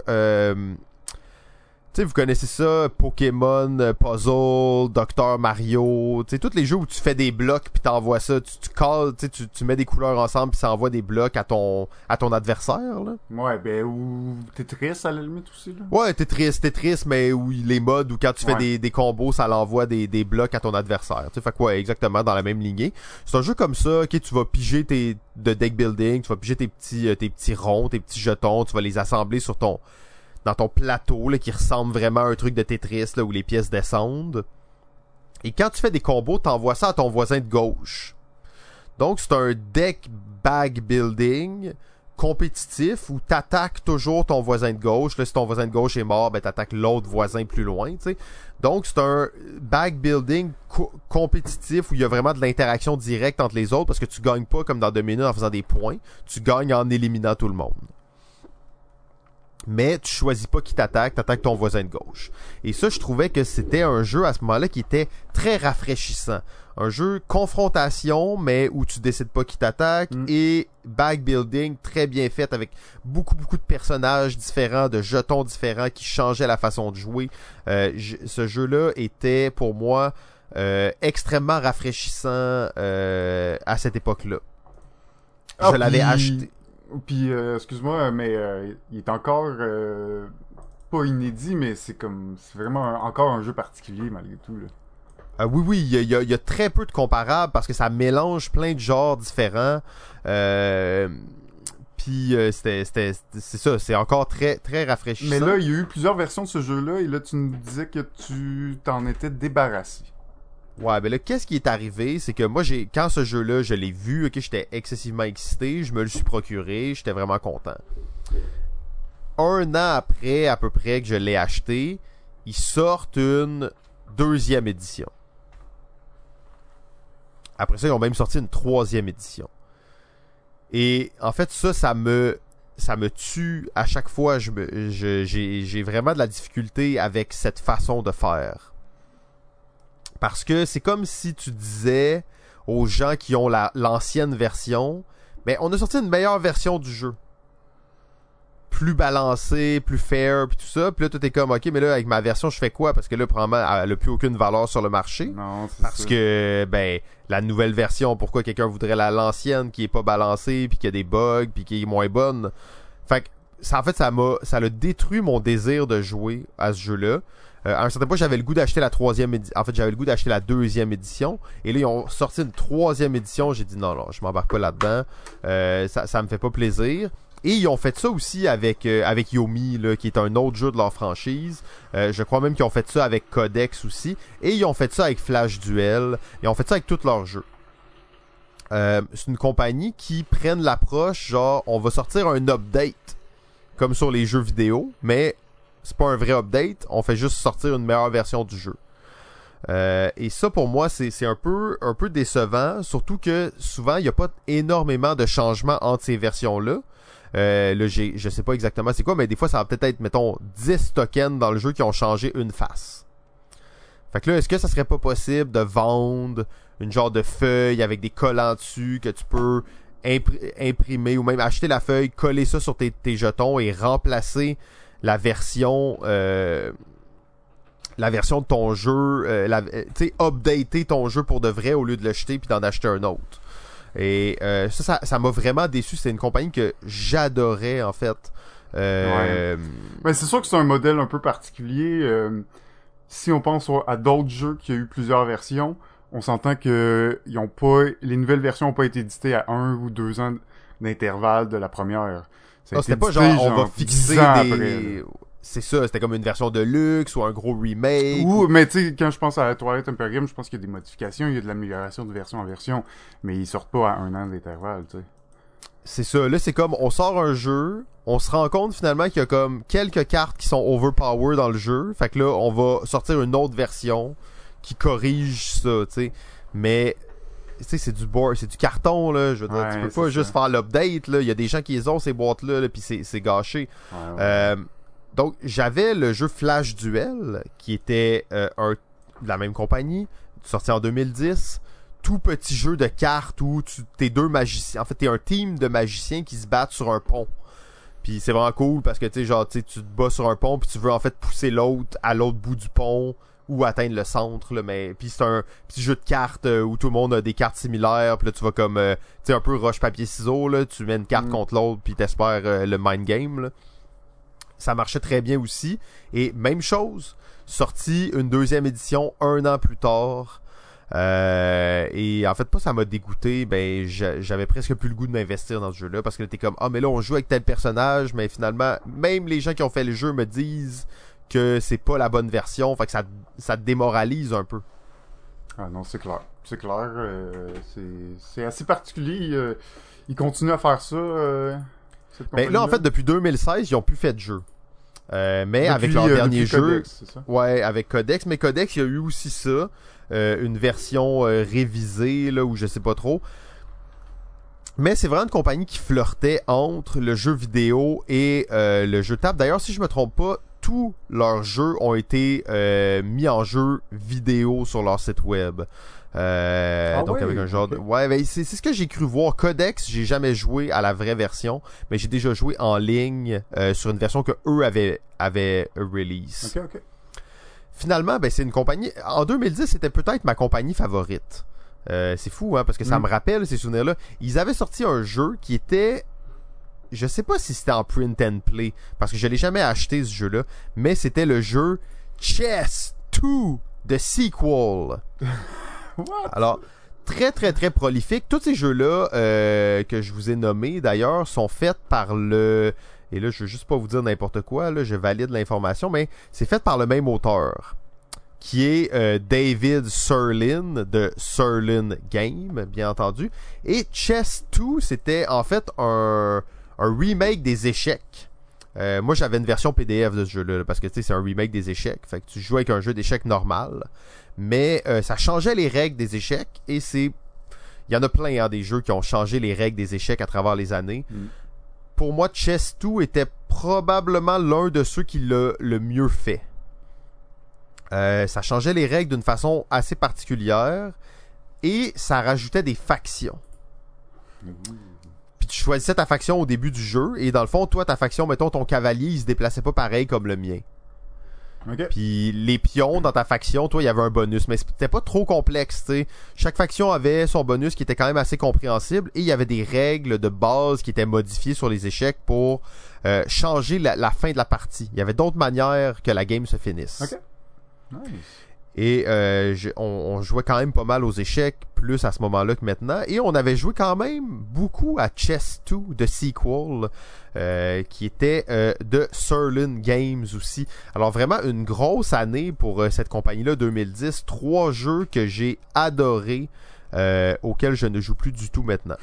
tu sais, vous connaissez ça, Pokémon, Puzzle, Dr Mario, tu sais, tous les jeux où tu fais des blocs puis t'envoies ça, tu calls, tu mets des couleurs ensemble puis ça envoie des blocs à ton adversaire, là. Ouais, ben, ou Tetris à la limite aussi, là. Ouais, Tetris, mais où les modes où quand tu fais des combos, ça l'envoie des blocs à ton adversaire. Tu sais, fait quoi, exactement dans la même lignée. C'est un jeu comme ça, ok, tu vas piger de deck building, tu vas piger tes petits ronds, tes petits jetons, tu vas les assembler dans ton plateau là, qui ressemble vraiment à un truc de Tetris là, où les pièces descendent. Et quand tu fais des combos, t'envoies ça à ton voisin de gauche. Donc c'est un deck bag building compétitif où t'attaques toujours ton voisin de gauche. Là, si ton voisin de gauche est mort, ben t'attaques l'autre voisin plus loin. T'sais. Donc c'est un bag building compétitif où il y a vraiment de l'interaction directe entre les autres parce que tu gagnes pas comme dans Dominion en faisant des points. Tu gagnes en éliminant tout le monde. mais tu choisis pas qui t'attaque, t'attaques ton voisin de gauche. Et ça, je trouvais que c'était un jeu à ce moment-là qui était très rafraîchissant. Un jeu confrontation, mais où tu décides pas qui t'attaque, et backbuilding très bien fait avec beaucoup de personnages différents, de jetons différents qui changeaient la façon de jouer. Ce jeu-là était pour moi extrêmement rafraîchissant à cette époque-là. Je l'avais acheté. Puis, excuse-moi, mais il est encore pas inédit, mais c'est vraiment encore un jeu particulier malgré tout, là. Oui, il y a très peu de comparables parce que ça mélange plein de genres différents. Puis c'est ça, c'est encore très très rafraîchissant. Mais là, il y a eu plusieurs versions de ce jeu-là et là, tu nous disais que tu t'en étais débarrassé. Ouais, ben là, qu'est-ce qui est arrivé, c'est que moi, quand ce jeu-là, je l'ai vu, ok, j'étais excessivement excité, je me le suis procuré, j'étais vraiment content. Un an après, à peu près, que je l'ai acheté, ils sortent une deuxième édition. Après ça, ils ont même sorti une troisième édition. Et en fait, ça me tue à chaque fois. J'ai vraiment de la difficulté avec cette façon de faire. Parce que c'est comme si tu disais aux gens qui ont l'ancienne version, mais on a sorti une meilleure version du jeu. Plus balancée, plus fair, puis tout ça. Puis là, tout est comme, ok, mais là, avec ma version, je fais quoi? Parce que là, probablement, elle a plus aucune valeur sur le marché. Non, c'est parce ça. que, ben, la nouvelle version, pourquoi quelqu'un voudrait l'ancienne qui est pas balancée, puis qui a des bugs, puis qui est moins bonne? Fait que, ça a détruit mon désir de jouer à ce jeu-là. À un certain point, j'avais le goût d'acheter la troisième édition. En fait, j'avais le goût d'acheter la deuxième édition. Et là, ils ont sorti une troisième édition. J'ai dit non, je m'embarque pas là-dedans. Ça me fait pas plaisir. Et ils ont fait ça aussi avec Yomi, là, qui est un autre jeu de leur franchise. Je crois même qu'ils ont fait ça avec Codex aussi. Et ils ont fait ça avec Flash Duel. Ils ont fait ça avec tous leurs jeux. C'est une compagnie qui prenne l'approche, genre, on va sortir un update, comme sur les jeux vidéo, mais c'est pas un vrai update, on fait juste sortir une meilleure version du jeu. Et ça, pour moi, c'est un peu décevant, surtout que souvent, il n'y a pas énormément de changements entre ces versions-là. Là, je sais pas exactement c'est quoi, mais des fois, ça va peut-être être, mettons, 10 tokens dans le jeu qui ont changé une face. Fait que là, est-ce que ça serait pas possible de vendre une genre de feuille avec des collants dessus que tu peux imprimer ou même acheter la feuille, coller ça sur tes jetons et remplacer la version de ton jeu, tu sais, updater ton jeu pour de vrai au lieu de le jeter puis d'en acheter un autre. Et ça m'a vraiment déçu. C'est une compagnie que j'adorais, en fait. Ouais. Ben, c'est sûr que c'est un modèle un peu particulier. Si on pense à d'autres jeux qui ont eu plusieurs versions, on s'entend que les nouvelles versions n'ont pas été éditées à 1 ou 2 ans d'intervalle de la première. C'était pas genre on va fixer des... C'est ça, c'était comme une version de luxe ou un gros remake. Mais tu sais, quand je pense à Twilight Imperium, je pense qu'il y a des modifications, il y a de l'amélioration de version en version, mais ils sortent pas à 1 an d'intervalle, tu sais. C'est ça, là c'est comme, on sort un jeu, on se rend compte finalement qu'il y a comme quelques cartes qui sont overpowered dans le jeu, fait que là, on va sortir une autre version qui corrige ça, tu sais. Mais... tu sais, c'est du carton, là. Je veux dire, tu peux pas juste faire l'update, là. Il y a des gens qui les ont, ces boîtes-là, là, puis c'est gâché. Ouais. Donc, j'avais le jeu Flash Duel, qui était de la même compagnie, sorti en 2010. Tout petit jeu de cartes où t'es deux magiciens. En fait, t'es un team de magiciens qui se battent sur un pont. Puis c'est vraiment cool parce que, tu sais, genre, tu te bats sur un pont, puis tu veux en fait pousser l'autre à l'autre bout du pont ou atteindre le centre, là, mais puis c'est un petit jeu de cartes où tout le monde a des cartes similaires, puis là tu vas comme tu sais, un peu roche papier ciseaux, là, tu mets une carte contre l'autre puis t'espères le mind game, là. Ça marchait très bien aussi. Et même chose, sorti une deuxième édition 1 an plus tard. Et en fait, pas ça m'a dégoûté, ben j'avais presque plus le goût de m'investir dans ce jeu-là parce que là t'es comme mais là on joue avec tel personnage, mais finalement même les gens qui ont fait le jeu me disent que c'est pas la bonne version, fait que ça te démoralise un peu. Ah non, c'est clair. C'est clair. C'est assez particulier. Ils continuent à faire ça. Ben là, en fait, depuis 2016, ils ont plus fait de jeu. Mais depuis, avec leur dernier jeu... Codex, c'est ça? Ouais, avec Codex. Mais Codex, il y a eu aussi ça. Une version révisée, là, ou je sais pas trop. Mais c'est vraiment une compagnie qui flirtait entre le jeu vidéo et le jeu de table. D'ailleurs, si je me trompe pas, tous leurs jeux ont été mis en jeu vidéo sur leur site web. Donc avec un genre de... Ouais, ben, c'est ce que j'ai cru voir. Codex, j'ai jamais joué à la vraie version, mais j'ai déjà joué en ligne sur une version que eux avaient release. Ok. Finalement, ben c'est une compagnie... En 2010, c'était peut-être ma compagnie favorite. C'est fou, hein, parce que ça me rappelle ces souvenirs-là. Ils avaient sorti un jeu qui était... Je sais pas si c'était en print and play, parce que je l'ai jamais acheté ce jeu-là, mais c'était le jeu Chess 2 The Sequel. What? Alors, très très très prolifique. Tous ces jeux-là que je vous ai nommés, d'ailleurs, sont faits par le... Et là, je veux juste pas vous dire n'importe quoi, là, je valide l'information, mais c'est fait par le même auteur, qui est David Sirlin de Sirlin Game, bien entendu. Et Chess 2, c'était en fait un remake des échecs. Moi, j'avais une version PDF de ce jeu-là, parce que tu sais, c'est un remake des échecs. Fait que tu joues avec un jeu d'échecs normal. Mais ça changeait les règles des échecs, et c'est... Il y en a plein, hein, des jeux qui ont changé les règles des échecs à travers les années. Pour moi, Chess 2 était probablement l'un de ceux qui l'a le mieux fait. Ça changeait les règles d'une façon assez particulière et ça rajoutait des factions. Puis tu choisissais ta faction au début du jeu et dans le fond, toi, ta faction, mettons, ton cavalier, il se déplaçait pas pareil comme le mien. Okay. Puis les pions dans ta faction, toi, il y avait un bonus, mais c'était pas trop complexe, tu sais. Chaque faction avait son bonus qui était quand même assez compréhensible et il y avait des règles de base qui étaient modifiées sur les échecs pour changer la fin de la partie. Il y avait d'autres manières que la game se finisse. Ok. Nice. Et on jouait quand même pas mal aux échecs, plus à ce moment-là que maintenant. Et on avait joué quand même beaucoup à Chess 2 de Sequel, qui était de Sirlin Games aussi. Alors vraiment une grosse année pour cette compagnie-là, 2010. 3 jeux que j'ai adorés, auxquels je ne joue plus du tout maintenant.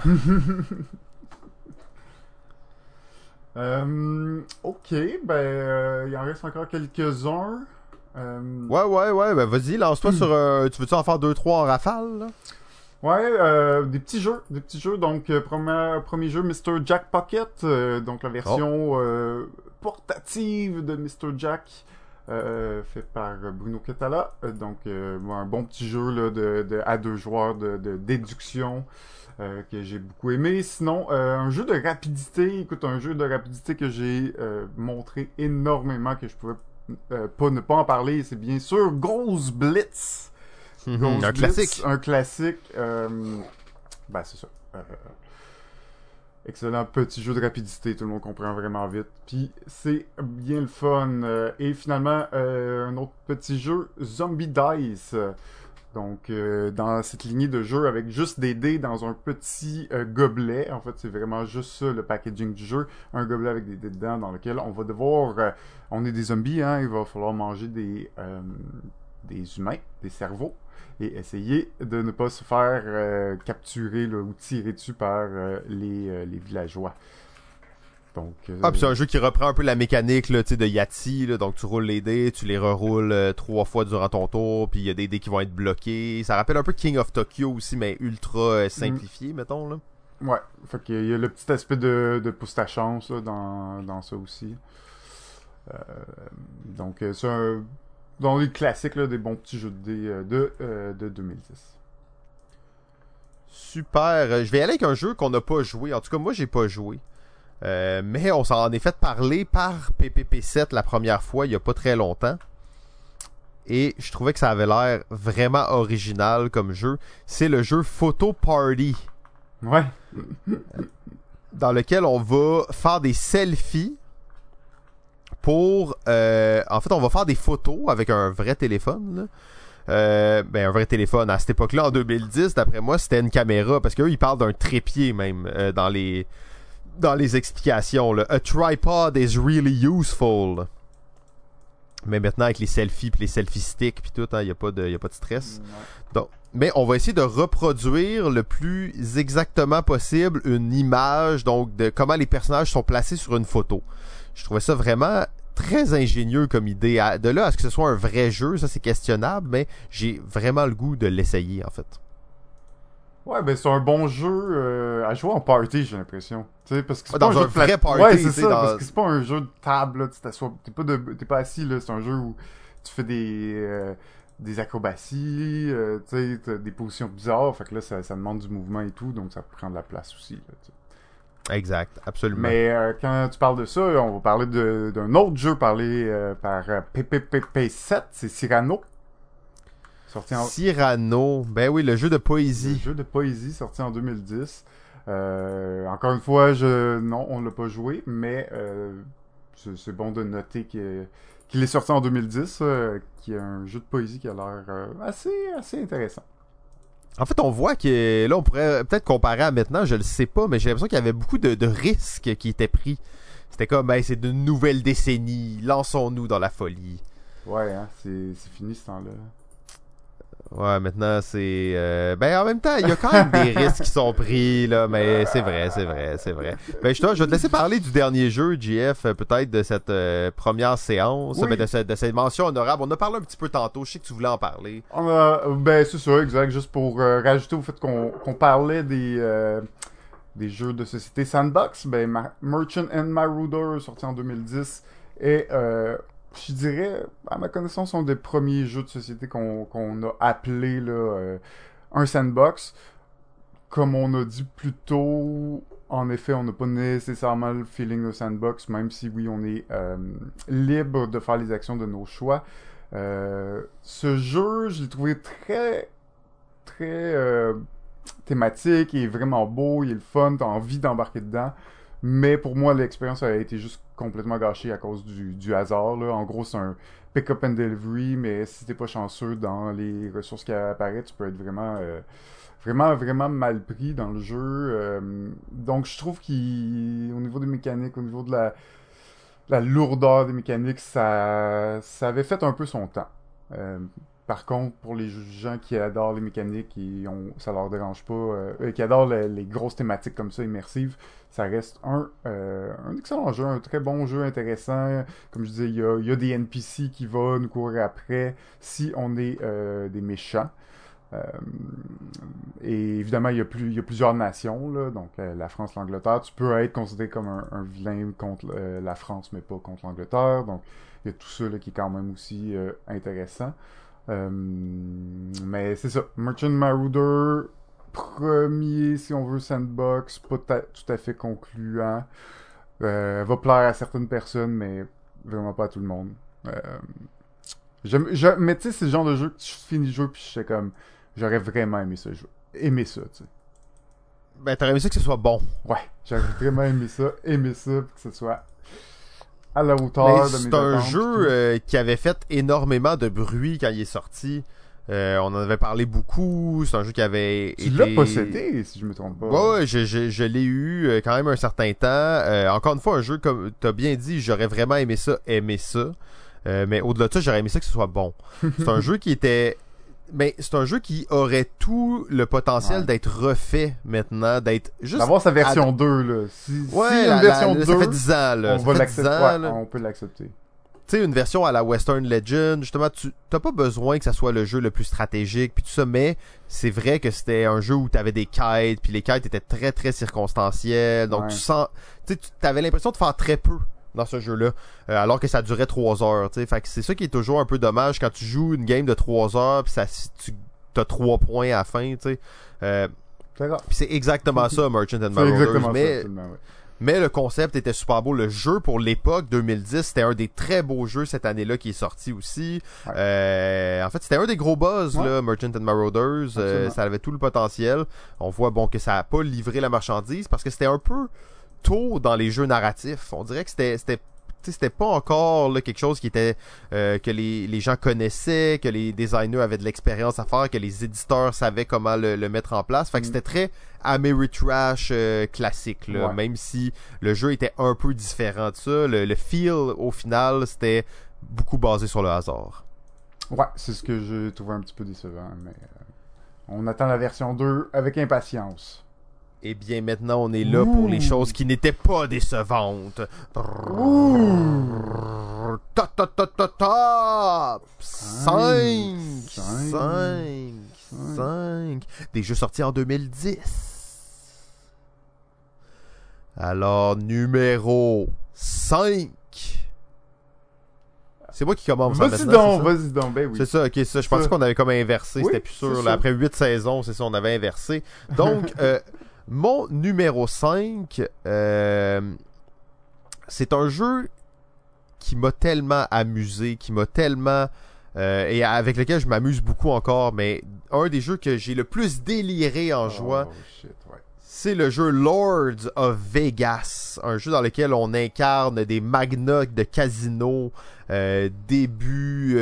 Ok, ben il en reste encore quelques-uns. Ouais, ben vas-y, lance-toi sur... tu veux-tu en faire 2-3 en rafale, là? Ouais, des petits jeux. Donc, premier jeu, Mr. Jack Pocket. Donc, la version portative de Mr. Jack, fait par Bruno Catala. Donc, un bon petit jeu là, à 2 joueurs de déduction que j'ai beaucoup aimé. Sinon, un jeu de rapidité. Écoute, un jeu de rapidité que j'ai montré énormément, que je pouvais ne pas en parler, c'est bien sûr Ghost Blitz. Un classique. Un classique. Ben, c'est ça. Excellent petit jeu de rapidité, tout le monde comprend vraiment vite. Puis c'est bien le fun. Et finalement, un autre petit jeu, Zombie Dice. Donc, dans cette lignée de jeux avec juste des dés dans un petit gobelet. En fait, c'est vraiment juste ça, le packaging du jeu. Un gobelet avec des dés dedans dans lequel on va devoir... on est des zombies, hein. Il va falloir manger des humains, des cerveaux. Et essayer de ne pas se faire capturer là, ou tirer dessus par les villageois. Donc, puis c'est un jeu qui reprend un peu la mécanique là, de Yahtzee, là, donc tu roules les dés, tu les reroules 3 fois durant ton tour, puis il y a des dés qui vont être bloqués. Ça rappelle un peu King of Tokyo aussi, mais ultra simplifié, mettons. Là. Ouais, fait qu'il y a le petit aspect de pousse ta chance là, dans ça aussi. Donc c'est un... Dans les classiques, là, des bons petits jeux de dés de 2010. Super. Je vais aller avec un jeu qu'on n'a pas joué. En tout cas, moi, j'ai pas joué. Mais on s'en est fait parler par PPP7 la première fois, il y a pas très longtemps. Et je trouvais que ça avait l'air vraiment original comme jeu. C'est le jeu Photo Party. Ouais. Dans lequel on va faire des selfies. En fait, on va faire des photos avec un vrai téléphone. Là. Un vrai téléphone. À cette époque-là, en 2010, d'après moi, c'était une caméra. Parce qu'eux, ils parlent d'un trépied même dans les explications. Là. A tripod is really useful. Mais maintenant, avec les selfies puis les selfie sticks puis tout, il n'y a pas de stress. Donc, mais on va essayer de reproduire le plus exactement possible une image, donc de comment les personnages sont placés sur une photo. Je trouvais ça vraiment très ingénieux comme idée. De là à ce que ce soit un vrai jeu, ça c'est questionnable, mais j'ai vraiment le goût de l'essayer en fait. Ouais, ben c'est un bon jeu à jouer en party, j'ai l'impression. Tu sais, parce que c'est Dans pas un un jeu vrai party, ouais, c'est tu sais, ça, dans... parce que c'est pas un jeu de table, là, tu t'assois, t'es pas assis, là, c'est un jeu où tu fais des acrobaties, tu sais, t'as des positions bizarres, fait que là, ça demande du mouvement et tout, donc ça prend de la place aussi, là, tu sais. Exact, absolument. Mais quand tu parles de ça, on va parler d'un autre jeu parlé par PPPP7, c'est Cyrano. Cyrano, ben oui, le jeu de poésie. Le jeu de poésie sorti en 2010. Encore une fois, non, on l'a pas joué, mais c'est bon de noter qu'il est sorti en 2010, qui est un jeu de poésie qui a l'air assez intéressant. En fait, on voit que là, on pourrait peut-être comparer à maintenant, je le sais pas, mais j'ai l'impression qu'il y avait beaucoup de risques qui étaient pris. C'était comme, ben, c'est une nouvelle décennie, lançons-nous dans la folie. Ouais, hein, c'est fini ce temps-là. Ouais, maintenant, c'est... ben, en même temps, il y a quand même des risques qui sont pris, là, mais c'est vrai. Ben, je vais te laisser parler du dernier jeu, JF, peut-être de cette première séance, oui. de cette mention honorable. On a parlé un petit peu tantôt, je sais que tu voulais en parler. Ben, c'est ça, exact, juste pour rajouter au fait qu'on parlait des jeux de société sandbox, ben, Merchant and Marauder, sorti en 2010, et je dirais, à ma connaissance, sont des premiers jeux de société qu'on a appelé là, un sandbox. Comme on a dit plus tôt, en effet, on n'a pas nécessairement le feeling de sandbox, même si oui, on est libre de faire les actions de nos choix. Ce jeu, je l'ai trouvé très thématique, il est vraiment beau, il est le fun, t'as envie d'embarquer dedans. Mais pour moi, l'expérience a été juste complètement gâchée à cause du hasard, là. En gros, c'est un pick-up and delivery, mais si t'es pas chanceux dans les ressources qui apparaissent, tu peux être vraiment mal pris dans le jeu. Donc, je trouve qu'au niveau des mécaniques, au niveau de la lourdeur des mécaniques, ça avait fait un peu son temps. Par contre, pour les gens qui adorent les mécaniques et ça leur dérange pas, qui adorent les grosses thématiques comme ça, immersives, ça reste un excellent jeu, un très bon jeu intéressant. Comme je disais, il y a des NPC qui vont nous courir après si on est des méchants. Et évidemment, il y a plusieurs nations, là, donc la France, l'Angleterre. Tu peux être considéré comme un vilain contre la France, mais pas contre l'Angleterre. Donc, il y a tout ça là, qui est quand même aussi intéressant. Mais c'est ça. Merchant Marauder, premier, si on veut, sandbox, pas tout à fait concluant. Va plaire à certaines personnes, mais vraiment pas à tout le monde. Mais tu sais, c'est le genre de jeu que je finis le jeu puis je sais comme... J'aurais vraiment aimé ça, tu sais. Ben, t'aurais aimé ça que ce soit bon. Ouais, j'aurais vraiment aimé ça, pour que ce soit à la hauteur de mes attentes. C'est un jeu qui avait fait énormément de bruit quand il est sorti. On en avait parlé beaucoup. C'est un jeu qui avait Tu l'as possédé, si je me trompe pas. Ouais, je l'ai eu quand même un certain temps. Encore une fois, un jeu, comme t'as bien dit, j'aurais vraiment aimé ça. Mais au-delà de ça, j'aurais aimé ça que ce soit bon. C'est un jeu qui était... Mais c'est un jeu qui aurait tout le potentiel d'être refait maintenant, d'être juste... D'avoir sa version 2, là. Si une version 2, ça fait 10 ans, là. On va l'accepter. On peut l'accepter. Tu sais, une version à la Western Legend, justement, tu t'as pas besoin que ça soit le jeu le plus stratégique, puis tout ça, mais c'est vrai que c'était un jeu où t'avais des quêtes, puis les quêtes étaient très, très circonstancielles, donc tu t'avais l'impression de faire très peu dans ce jeu-là, alors que ça durait 3 heures, tu sais. Fait que c'est ça qui est toujours un peu dommage quand tu joues une game de 3 heures puis tu t'as 3 points à la fin, tu sais. Puis c'est exactement ça, Merchant and Marauders. Mais le concept était super beau. Le jeu, pour l'époque, 2010, c'était un des très beaux jeux cette année-là qui est sorti aussi. En fait, c'était un des gros buzz, là, Merchant and Marauders. Ça avait tout le potentiel. On voit, bon, que ça a pas livré la marchandise parce que c'était un peu tôt dans les jeux narratifs. On dirait que c'était pas encore là, quelque chose qui était que les gens connaissaient, que les designers avaient de l'expérience à faire, que les éditeurs savaient comment le mettre en place. Fait que c'était très Ameritrash classique, là, même si le jeu était un peu différent de ça. Le feel, au final, c'était beaucoup basé sur le hasard. Ouais, c'est ce que j'ai trouvé un petit peu décevant, mais on attend la version 2 avec impatience. Eh bien, maintenant, on est là pour les choses qui n'étaient pas décevantes. Top 5. 5. Des jeux sortis en 2010. Alors, numéro 5. C'est moi qui commence. Vas-y donc, ben oui. C'est ça, ok, ça. Je pensais qu'on avait comme inversé, c'était plus sûr. Là, après 8 saisons, c'est ça, on avait inversé. Donc, mon numéro 5, c'est un jeu qui m'a tellement amusé, qui m'a tellement... et avec lequel je m'amuse beaucoup encore, mais un des jeux que j'ai le plus déliré en jouant, c'est le jeu Lords of Vegas, un jeu dans lequel on incarne des magnats de casino, début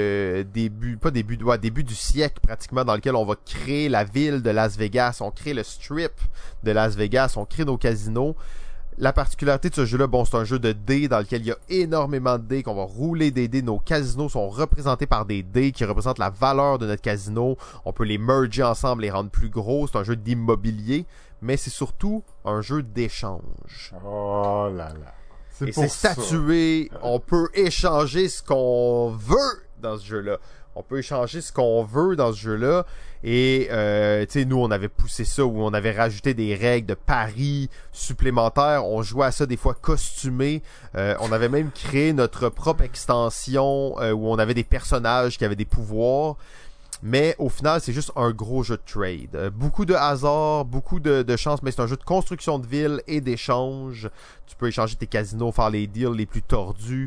du siècle pratiquement, dans lequel on va créer la ville de Las Vegas, on crée le strip de Las Vegas, on crée nos casinos. La particularité de ce jeu-là, bon, c'est un jeu de dés dans lequel il y a énormément de dés, qu'on va rouler des dés. Nos casinos sont représentés par des dés qui représentent la valeur de notre casino. On peut les merger ensemble, les rendre plus gros. C'est un jeu d'immobilier, mais c'est surtout un jeu d'échange. Oh là là. Et c'est statué. On peut échanger ce qu'on veut dans ce jeu-là. On peut échanger ce qu'on veut dans ce jeu-là. Et, tu sais, nous, on avait poussé ça, où on avait rajouté des règles de paris supplémentaires. On jouait à ça des fois costumé. On avait même créé notre propre extension où on avait des personnages qui avaient des pouvoirs. Mais au final, c'est juste un gros jeu de trade. Beaucoup de hasard, beaucoup de chance, mais c'est un jeu de construction de ville et d'échange. Tu peux échanger tes casinos, faire les deals les plus tordus.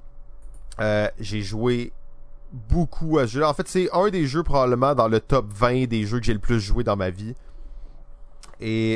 J'ai joué beaucoup à ce jeu. En fait, c'est un des jeux probablement dans le top 20 des jeux que j'ai le plus joué dans ma vie. Et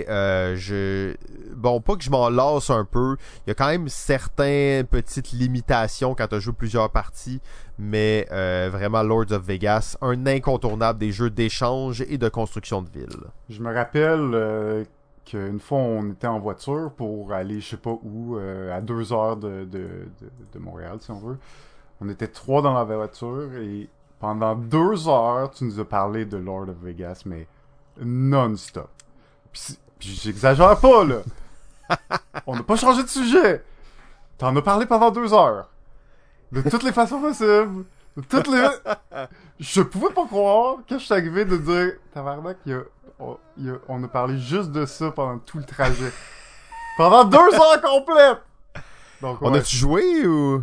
bon, pas que je m'en lasse un peu. Il y a quand même certaines petites limitations quand tu as joué plusieurs parties. Mais vraiment, Lords of Vegas, un incontournable des jeux d'échange et de construction de ville. Je me rappelle qu'une fois, on était en voiture pour aller, je sais pas où, à 2 heures de Montréal, si on veut. On était 3 dans la voiture et pendant 2 heures, tu nous as parlé de Lord of Vegas, mais non-stop. Puis j'exagère pas, là. On n'a pas changé de sujet. T'en as parlé pendant 2 heures. De toutes les façons possibles. De toutes les... Je pouvais pas croire que je suis arrivé de dire tabarnak, on a parlé juste de ça pendant tout le trajet. Pendant 2 heures complètes! Donc, on a-tu joué ou...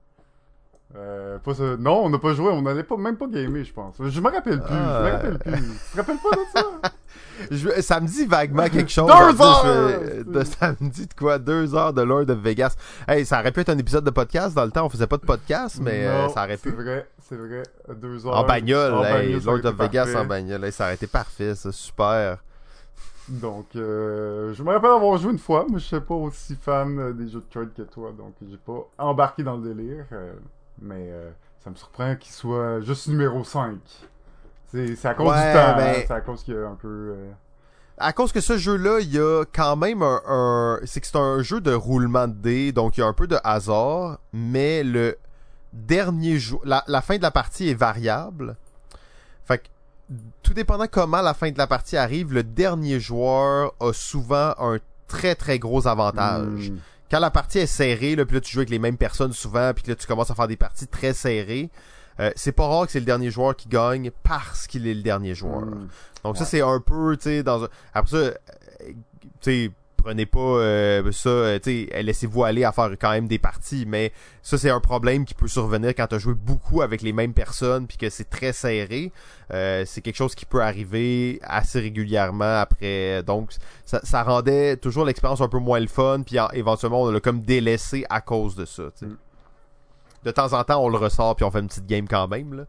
pas ça. Non, on n'a pas joué, on n'allait même pas gamer, je pense. Je me rappelle plus, Tu te rappelles pas de ça? Ça me dit vaguement quelque chose. 2 heures! Ça me dit de quoi? 2 heures de Lord of Vegas. Hey, ça aurait pu être un épisode de podcast. Dans le temps, on faisait pas de podcast, mais non, ça aurait pu. C'est vrai. 2 heures. En bagnole, bagnole, Lord of Vegas parfait. en bagnole. Hey, ça aurait été parfait, ça. Super. Donc, je me rappelle avoir joué une fois, mais je suis pas aussi fan des jeux de cartes que toi, donc j'ai pas embarqué dans le délire. Mais ça me surprend qu'il soit juste numéro 5. C'est à cause du temps, ben... c'est à cause qu'il y a un peu... À cause que ce jeu-là, il y a quand même c'est que c'est un jeu de roulement de dés, donc il y a un peu de hasard, mais le dernier jour... La fin de la partie est variable. Fait que, tout dépendant comment la fin de la partie arrive, le dernier joueur a souvent un très très gros avantage. Quand la partie est serrée, là, puis là tu joues avec les mêmes personnes souvent, puis que là tu commences à faire des parties très serrées, c'est pas rare que c'est le dernier joueur qui gagne parce qu'il est le dernier joueur. Donc ça c'est un peu, tu sais, après ça, tu sais, prenez pas ça, tu sais, laissez-vous aller à faire quand même des parties, mais ça c'est un problème qui peut survenir quand tu as joué beaucoup avec les mêmes personnes puis que c'est très serré. C'est quelque chose qui peut arriver assez régulièrement après, donc ça rendait toujours l'expérience un peu moins le fun, puis éventuellement on l'a comme délaissé à cause de ça, tu sais. De temps en temps on le ressort puis on fait une petite game quand même là.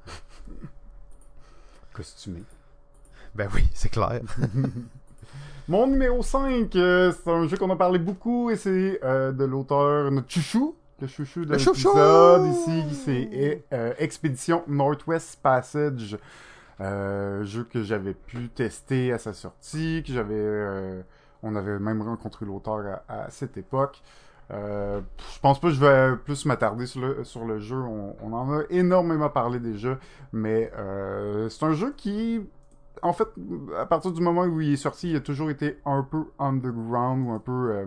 Costumé. Ben oui, c'est clair. Mon numéro 5, c'est un jeu qu'on a parlé beaucoup et c'est de l'auteur, notre chouchou, le chouchou de l'épisode ici, c'est Expédition Northwest Passage. Jeu que j'avais pu tester à sa sortie, que on avait même rencontré l'auteur à cette époque. Je pense pas que je vais plus m'attarder sur le jeu, on en a énormément parlé déjà, mais c'est un jeu qui... En fait, à partir du moment où il est sorti, il a toujours été un peu underground ou un peu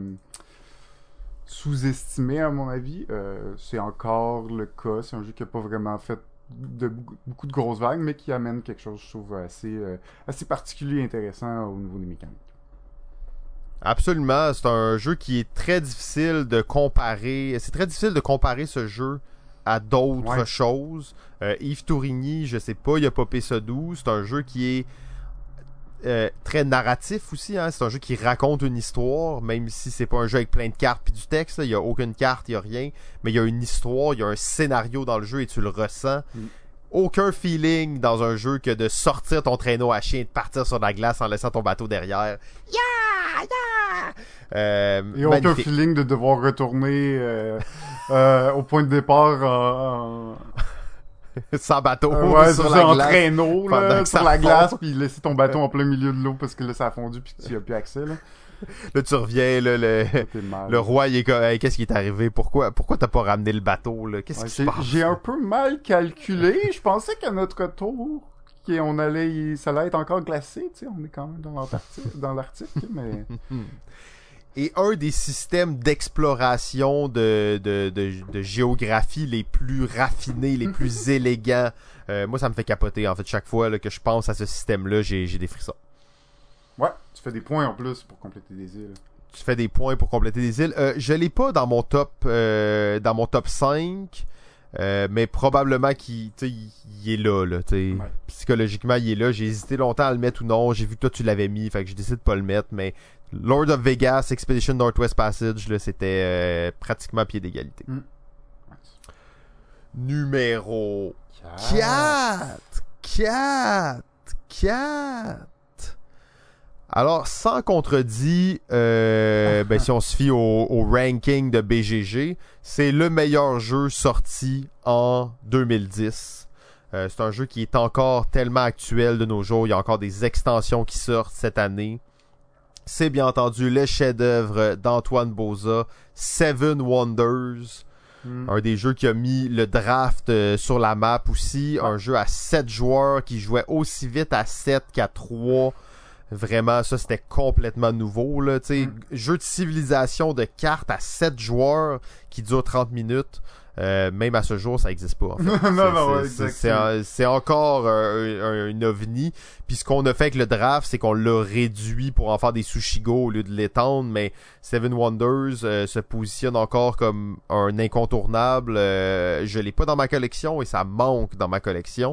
sous-estimé, à mon avis. C'est encore le cas. C'est un jeu qui n'a pas vraiment fait beaucoup de grosses vagues, mais qui amène quelque chose, je trouve, assez particulier et intéressant au niveau des mécaniques. Absolument, c'est un jeu qui est très difficile de comparer. C'est très difficile de comparer ce jeu à d'autres choses. Yves Tourigny, je sais pas, il a popé ça d'où. C'est un jeu qui est très narratif aussi. Hein? C'est un jeu qui raconte une histoire, même si c'est pas un jeu avec plein de cartes puis du texte. Il y a aucune carte, il y a rien. Mais il y a une histoire, il y a un scénario dans le jeu et tu le ressens. Aucun feeling dans un jeu que de sortir ton traîneau à chien et de partir sur la glace en laissant ton bateau derrière. Et aucun feeling de devoir retourner au point de départ sans bateau sur la glace, en traîneau là, sur la glace, puis laisser ton bateau en plein milieu de l'eau parce que là ça a fondu puis tu as plus accès là. Là, tu reviens, là, le roi, il est comme, hey, qu'est-ce qui est arrivé? Pourquoi t'as pas ramené le bateau, là? Qu'est-ce qui se passe? J'ai un peu mal calculé. Je pensais qu'à notre retour, ça allait être encore glacé, tu sais. On est quand même dans l'Arctique, mais... Et un des systèmes d'exploration de géographie les plus raffinés, les plus élégants, moi, ça me fait capoter, en fait. Chaque fois là, que je pense à ce système-là, j'ai des frissons. Ouais, tu fais des points en plus pour compléter des îles. Tu fais des points pour compléter des îles. Je l'ai pas dans mon top 5, mais probablement qu'il est là. Ouais. Psychologiquement, il est là. J'ai hésité longtemps à le mettre ou non. J'ai vu que toi, tu l'avais mis, fait que j'ai décidé de pas le mettre. Mais Lord of Vegas, Expedition Northwest Passage, là, c'était pratiquement pied d'égalité. Numéro 4. Alors, sans contredit, si on se fie au ranking de BGG, c'est le meilleur jeu sorti en 2010. C'est un jeu qui est encore tellement actuel de nos jours. Il y a encore des extensions qui sortent cette année. C'est bien entendu le chef-d'œuvre d'Antoine Bauza, Seven Wonders. Un des jeux qui a mis le draft sur la map aussi. Un jeu à 7 joueurs qui jouait aussi vite à 7 qu'à 3. Vraiment, ça, c'était complètement nouveau, là, tu sais. Jeu de civilisation de cartes à 7 joueurs qui dure 30 minutes. Même à ce jour, ça n'existe pas, en fait. C'est encore un ovni. Puis ce qu'on a fait avec le draft, c'est qu'on l'a réduit pour en faire des Sushigo au lieu de l'étendre. Mais Seven Wonders se positionne encore comme un incontournable. Je l'ai pas dans ma collection et ça manque dans ma collection.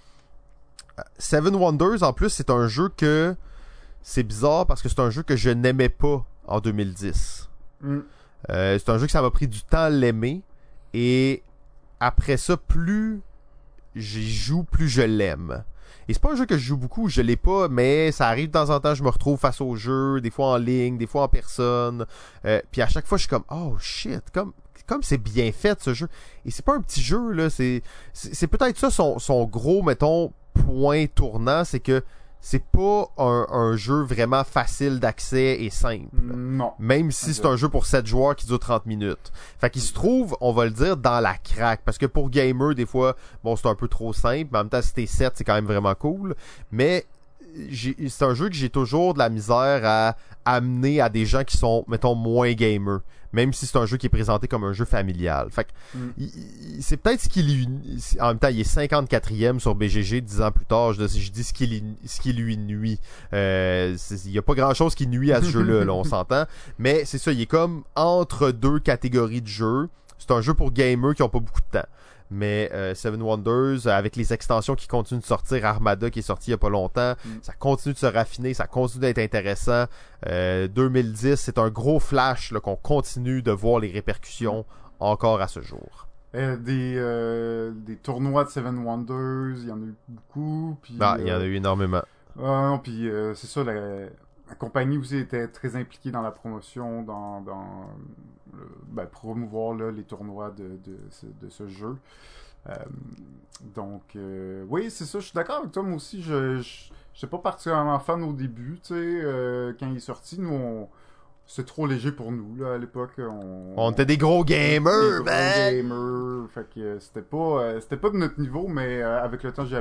Seven Wonders, en plus, c'est un jeu que... C'est bizarre parce que c'est un jeu que je n'aimais pas en 2010. C'est un jeu que ça m'a pris du temps à l'aimer. Et après ça, plus j'y joue, plus je l'aime. Et c'est pas un jeu que je joue beaucoup, je l'ai pas, mais ça arrive de temps en temps, je me retrouve face au jeu, des fois en ligne, des fois en personne. Puis à chaque fois, je suis comme, oh shit, comme c'est bien fait ce jeu. Et c'est pas un petit jeu, là. C'est peut-être ça son gros, mettons, point tournant, c'est que c'est pas un jeu vraiment facile d'accès et simple. Non. Même si c'est un jeu pour 7 joueurs qui dure 30 minutes. Fait qu'il se trouve, on va le dire, dans la craque. Parce que pour gamer, des fois, bon, c'est un peu trop simple. Mais en même temps, si t'es 7, c'est quand même vraiment cool. Mais c'est un jeu que j'ai toujours de la misère à amener à des gens qui sont, mettons, moins gamers. Même si c'est un jeu qui est présenté comme un jeu familial. Fait que c'est peut-être ce qui lui... En même temps, il est 54e sur BGG 10 ans plus tard. Je dis ce qui lui nuit. Il y a pas grand-chose qui nuit à ce jeu-là, là, on s'entend. Mais c'est ça, il est comme entre deux catégories de jeux. C'est un jeu pour gamers qui ont pas beaucoup de temps. Mais Seven Wonders, avec les extensions qui continuent de sortir, Armada qui est sorti il y a pas longtemps, ça continue de se raffiner, ça continue d'être intéressant. 2010, c'est un gros flash là, qu'on continue de voir les répercussions encore à ce jour. Des tournois de Seven Wonders, il y en a eu beaucoup. Puis, il y en a eu énormément. Puis c'est ça, la compagnie aussi était très impliquée dans la promotion, dans promouvoir là, les tournois de ce jeu. Oui, c'est ça, je suis d'accord avec toi. Moi aussi, je n'étais pas particulièrement fan au début. Tu sais, quand il est sorti, nous, c'était trop léger pour nous là, à l'époque. On était des gros gamers, Fait que c'était pas de notre niveau, mais avec le temps, j'ai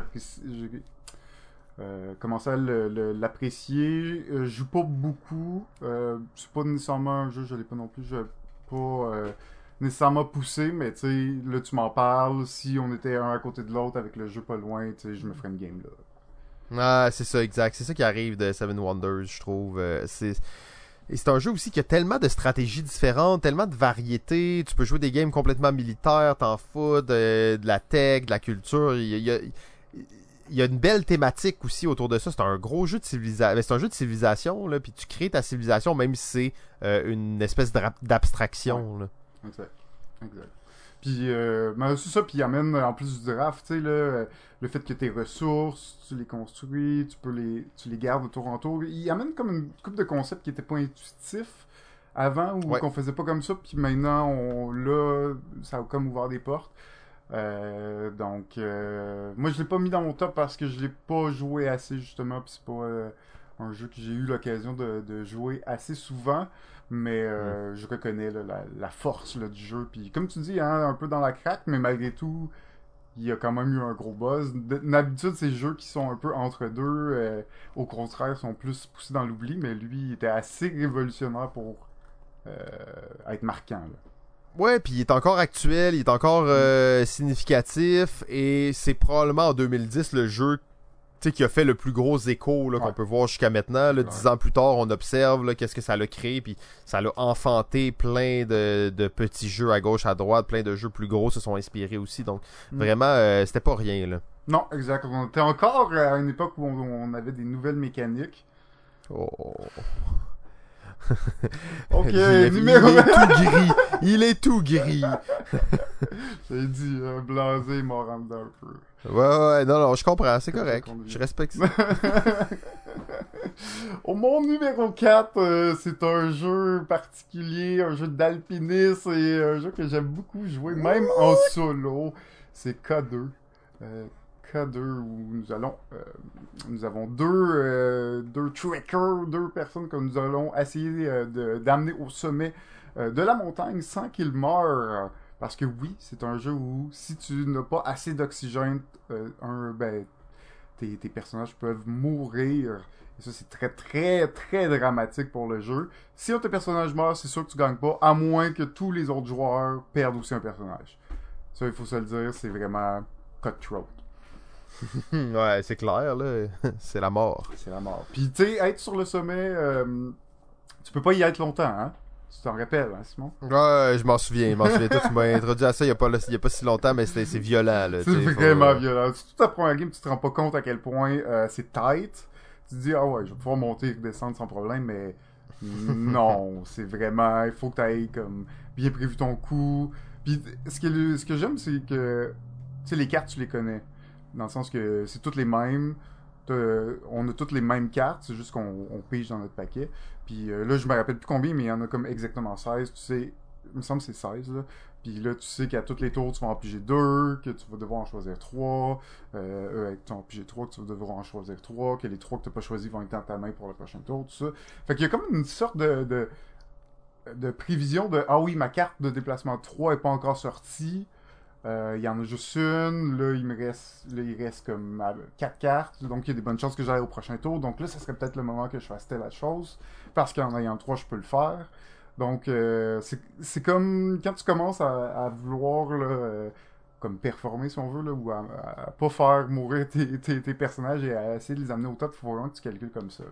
commencé à l'apprécier. Je joue pas beaucoup. C'est pas nécessairement un jeu, je l'ai pas non plus. Je pas nécessairement poussé, mais tu sais, là tu m'en parles, si on était un à côté de l'autre avec le jeu pas loin, tu sais, je me ferais une game là. Ah, c'est ça, exact. C'est ça qui arrive de Seven Wonders, je trouve. Et c'est un jeu aussi qui a tellement de stratégies différentes, tellement de variétés. Tu peux jouer des games complètement militaires, t'en fous, de la tech, de la culture. Il y a une belle thématique aussi autour de ça. C'est un gros jeu de civilisation. C'est un jeu de civilisation, là, puis tu crées ta civilisation, même si c'est une espèce d'abstraction. Ouais. Exact. Puis, c'est ça, puis il amène, en plus du draft, tu sais, le fait que tes ressources, tu les construis, tu les gardes de tour en tour. Il amène comme une couple de concepts qui étaient pas intuitifs avant, ou qu'on faisait pas comme ça, puis maintenant, là, ça a comme ouvert des portes. Donc, moi, je l'ai pas mis dans mon top parce que je l'ai pas joué assez, justement, puis c'est pas un jeu que j'ai eu l'occasion de jouer assez souvent. Mais je reconnais là, la force là, du jeu. Puis comme tu dis, hein, un peu dans la craque, mais malgré tout, il y a quand même eu un gros buzz. D'habitude, ces jeux qui sont un peu entre deux, au contraire, sont plus poussés dans l'oubli. Mais lui, il était assez révolutionnaire pour être marquant. Là. Ouais, puis il est encore actuel, il est encore significatif. Et c'est probablement en 2010 le jeu qui a fait le plus gros écho là, qu'on peut voir jusqu'à maintenant. Là, 10 ans plus tard, on observe là, qu'est-ce que ça l'a créé, puis ça l'a enfanté plein de petits jeux à gauche, à droite, plein de jeux plus gros se sont inspirés aussi. Donc vraiment, c'était pas rien. Là. Non, exact. On était encore à une époque où on avait des nouvelles mécaniques. Oh. Ok, numéro... Il est tout gris. J'ai dit blasé, mort en dedans un peu. Ouais, non, je comprends, c'est correct. Je respecte ça. Mon numéro 4, c'est un jeu particulier, un jeu d'alpinisme et un jeu que j'aime beaucoup jouer, même en solo. C'est K2. K2 où nous avons deux trekkers, deux personnes que nous allons essayer d'amener au sommet de la montagne sans qu'ils meurent. Parce que oui, c'est un jeu où si tu n'as pas assez d'oxygène, tes personnages peuvent mourir. Et ça, c'est très, très, très dramatique pour le jeu. Si un de tes personnages meurt, c'est sûr que tu gagnes pas, à moins que tous les autres joueurs perdent aussi un personnage. Ça, il faut se le dire, c'est vraiment cutthroat. Ouais, c'est clair, là. C'est la mort. C'est la mort. Puis, tu sais, être sur le sommet, tu peux pas y être longtemps, hein? Tu t'en rappelles, hein, Simon? Ouais, je m'en souviens. Toi, tu m'as introduit à ça il y a pas si longtemps, mais c'est violent, là. C'est vraiment violent. Toute ta première game, tu te rends pas compte à quel point c'est tight. Tu te dis, ah ouais, je vais pouvoir monter et redescendre sans problème, mais non, c'est vraiment, il faut que tu ailles comme bien prévu ton coup. Puis, ce que j'aime, c'est que, tu sais, les cartes, tu les connais. Dans le sens que c'est toutes les mêmes. On a toutes les mêmes cartes, c'est juste qu'on pige dans notre paquet. Puis là, je me rappelle plus combien, mais il y en a comme exactement 16. Tu sais, il me semble que c'est 16, là. Puis là, tu sais qu'à tous les tours, tu vas en piger 2, que tu vas devoir en choisir 3. Avec ton piger 3, que tu vas devoir en choisir 3, que les 3 que tu n'as pas choisis vont être dans ta main pour le prochain tour, tout ça. Fait qu'il y a comme une sorte de prévision de « Ah oui, ma carte de déplacement 3 est pas encore sortie. » Il y en a juste une. Là, il reste comme 4 cartes. Donc, il y a des bonnes chances que j'aille au prochain tour. Donc là, ça serait peut-être le moment que je fasse telle chose. Parce qu'en ayant 3, je peux le faire. Donc, c'est comme quand tu commences à vouloir là, comme performer, si on veut, là, ou à pas faire mourir tes personnages et à essayer de les amener au top. Il faut vraiment que tu calcules comme ça. Là.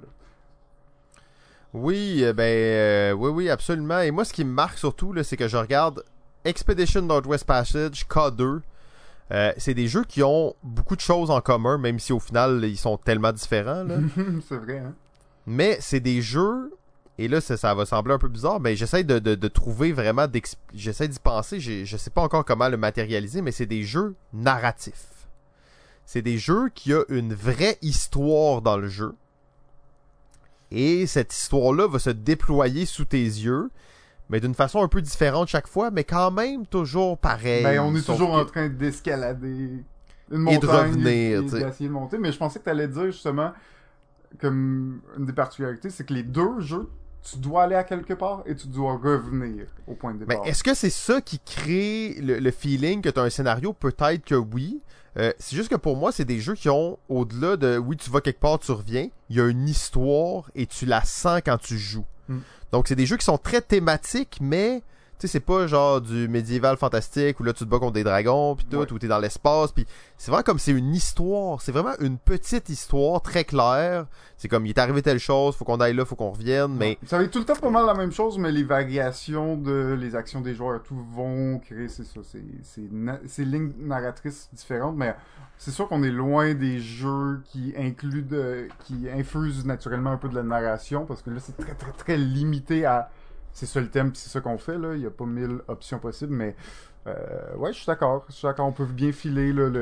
Oui, oui, absolument. Et moi, ce qui me marque surtout, là, c'est que je regarde Expedition Northwest Passage, K2, c'est des jeux qui ont beaucoup de choses en commun, même si au final, ils sont tellement différents. Là. C'est vrai, hein? Mais c'est des jeux, et là, ça va sembler un peu bizarre, mais j'essaie de trouver vraiment, j'essaie d'y penser, je sais pas encore comment le matérialiser, mais c'est des jeux narratifs. C'est des jeux qui ont une vraie histoire dans le jeu. Et cette histoire-là va se déployer sous tes yeux, mais d'une façon un peu différente chaque fois, mais quand même toujours pareil. Ben, on est toujours en train d'escalader une montagne et de revenir, et d'essayer de monter. Mais je pensais que tu allais dire justement, comme une des particularités, c'est que les deux jeux, tu dois aller à quelque part et tu dois revenir au point de départ. Mais est-ce que c'est ça qui crée le feeling que tu as un scénario? Peut-être que oui. C'est juste que pour moi, c'est des jeux qui ont, au-delà de oui, tu vas quelque part, tu reviens, il y a une histoire et tu la sens quand tu joues. Donc, c'est des jeux qui sont très thématiques, mais sais, c'est pas genre du médiéval fantastique où là tu te bats contre des dragons pis tout, où t'es dans l'espace, pis c'est vraiment comme c'est une histoire, c'est vraiment une petite histoire très claire. C'est comme il est arrivé telle chose, faut qu'on aille là, faut qu'on revienne, mais ça va être tout le temps pas mal la même chose, mais les variations de les actions des joueurs et tout vont créer, c'est ça, c'est lignes narratrices différentes, mais c'est sûr qu'on est loin des jeux qui qui infusent naturellement un peu de la narration, parce que là c'est très très très limité à c'est ça le thème, c'est ça qu'on fait, là. Il y a pas 1000 options possibles, mais ouais, je suis d'accord. On peut bien filer là,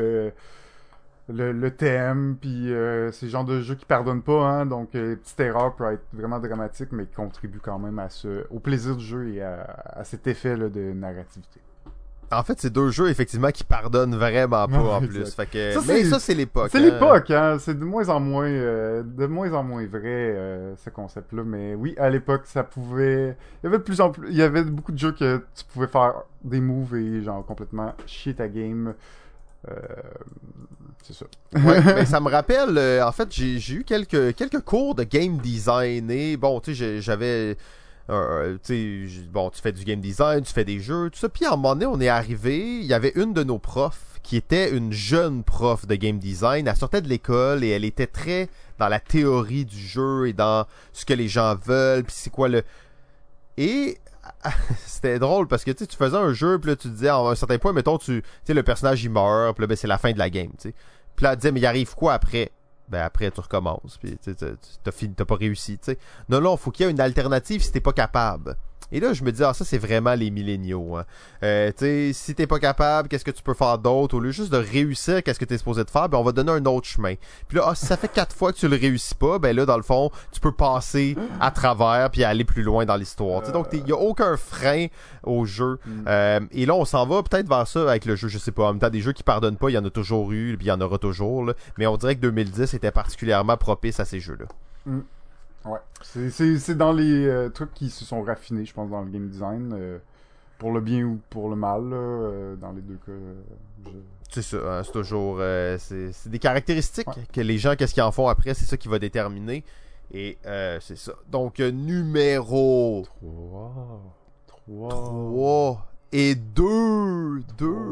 le thème, puis c'est le genre de jeu qui pardonne pas, hein. Donc, petite erreur peut être vraiment dramatique, mais qui contribue quand même au plaisir du jeu et à cet effet là, de narrativité. en fait, c'est deux jeux, effectivement, qui pardonnent vraiment pas, en plus. Fait que... ça, c'est l'époque. C'est l'époque, hein. C'est de moins en moins vrai, ce concept-là. Mais oui, à l'époque, ça pouvait... Il y avait beaucoup de jeux que tu pouvais faire des moves et, genre, complètement chier ta game. C'est ça. Ouais, mais ça me rappelle, en fait, j'ai eu quelques cours de game design et, bon, tu sais, j'avais... tu fais du game design, tu fais des jeux, tout ça. Puis à un moment donné, on est arrivé, il y avait une de nos profs qui était une jeune prof de game design. Elle sortait de l'école et elle était très dans la théorie du jeu et dans ce que les gens veulent, puis c'est quoi le... Et c'était drôle parce que tu faisais un jeu, puis là tu te disais, à un certain point, mettons, tu sais, le personnage il meurt, puis là, ben, c'est la fin de la game, tu sais. Puis là, elle disait, mais il arrive quoi après? Ben après tu recommences, puis t'as pas réussi, tu sais. Non, faut qu'il y ait une alternative si t'es pas capable. Et là je me dis, ça c'est vraiment les milléniaux, hein. Tu sais, si t'es pas capable, qu'est-ce que tu peux faire d'autre? Au lieu juste de réussir, qu'est-ce que t'es supposé de faire? Ben on va donner un autre chemin. Puis là, si ça fait 4 fois que tu le réussis pas, ben là dans le fond, tu peux passer à travers puis aller plus loin dans l'histoire. Donc il y a aucun frein au jeu. Et là on s'en va peut-être vers ça avec le jeu, je sais pas. En même temps, des jeux qui pardonnent pas, il y en a toujours eu, puis il y en aura toujours, là. Mais on dirait que 2010 était particulièrement propice à ces jeux-là. Ouais, c'est dans les trucs qui se sont raffinés, je pense, dans le game design, pour le bien ou pour le mal, dans les deux cas. C'est ça, hein, c'est toujours... c'est des caractéristiques que les gens, qu'est-ce qu'ils en font après, c'est ça qui va déterminer. Et c'est ça. Donc, numéro... 3 et 2.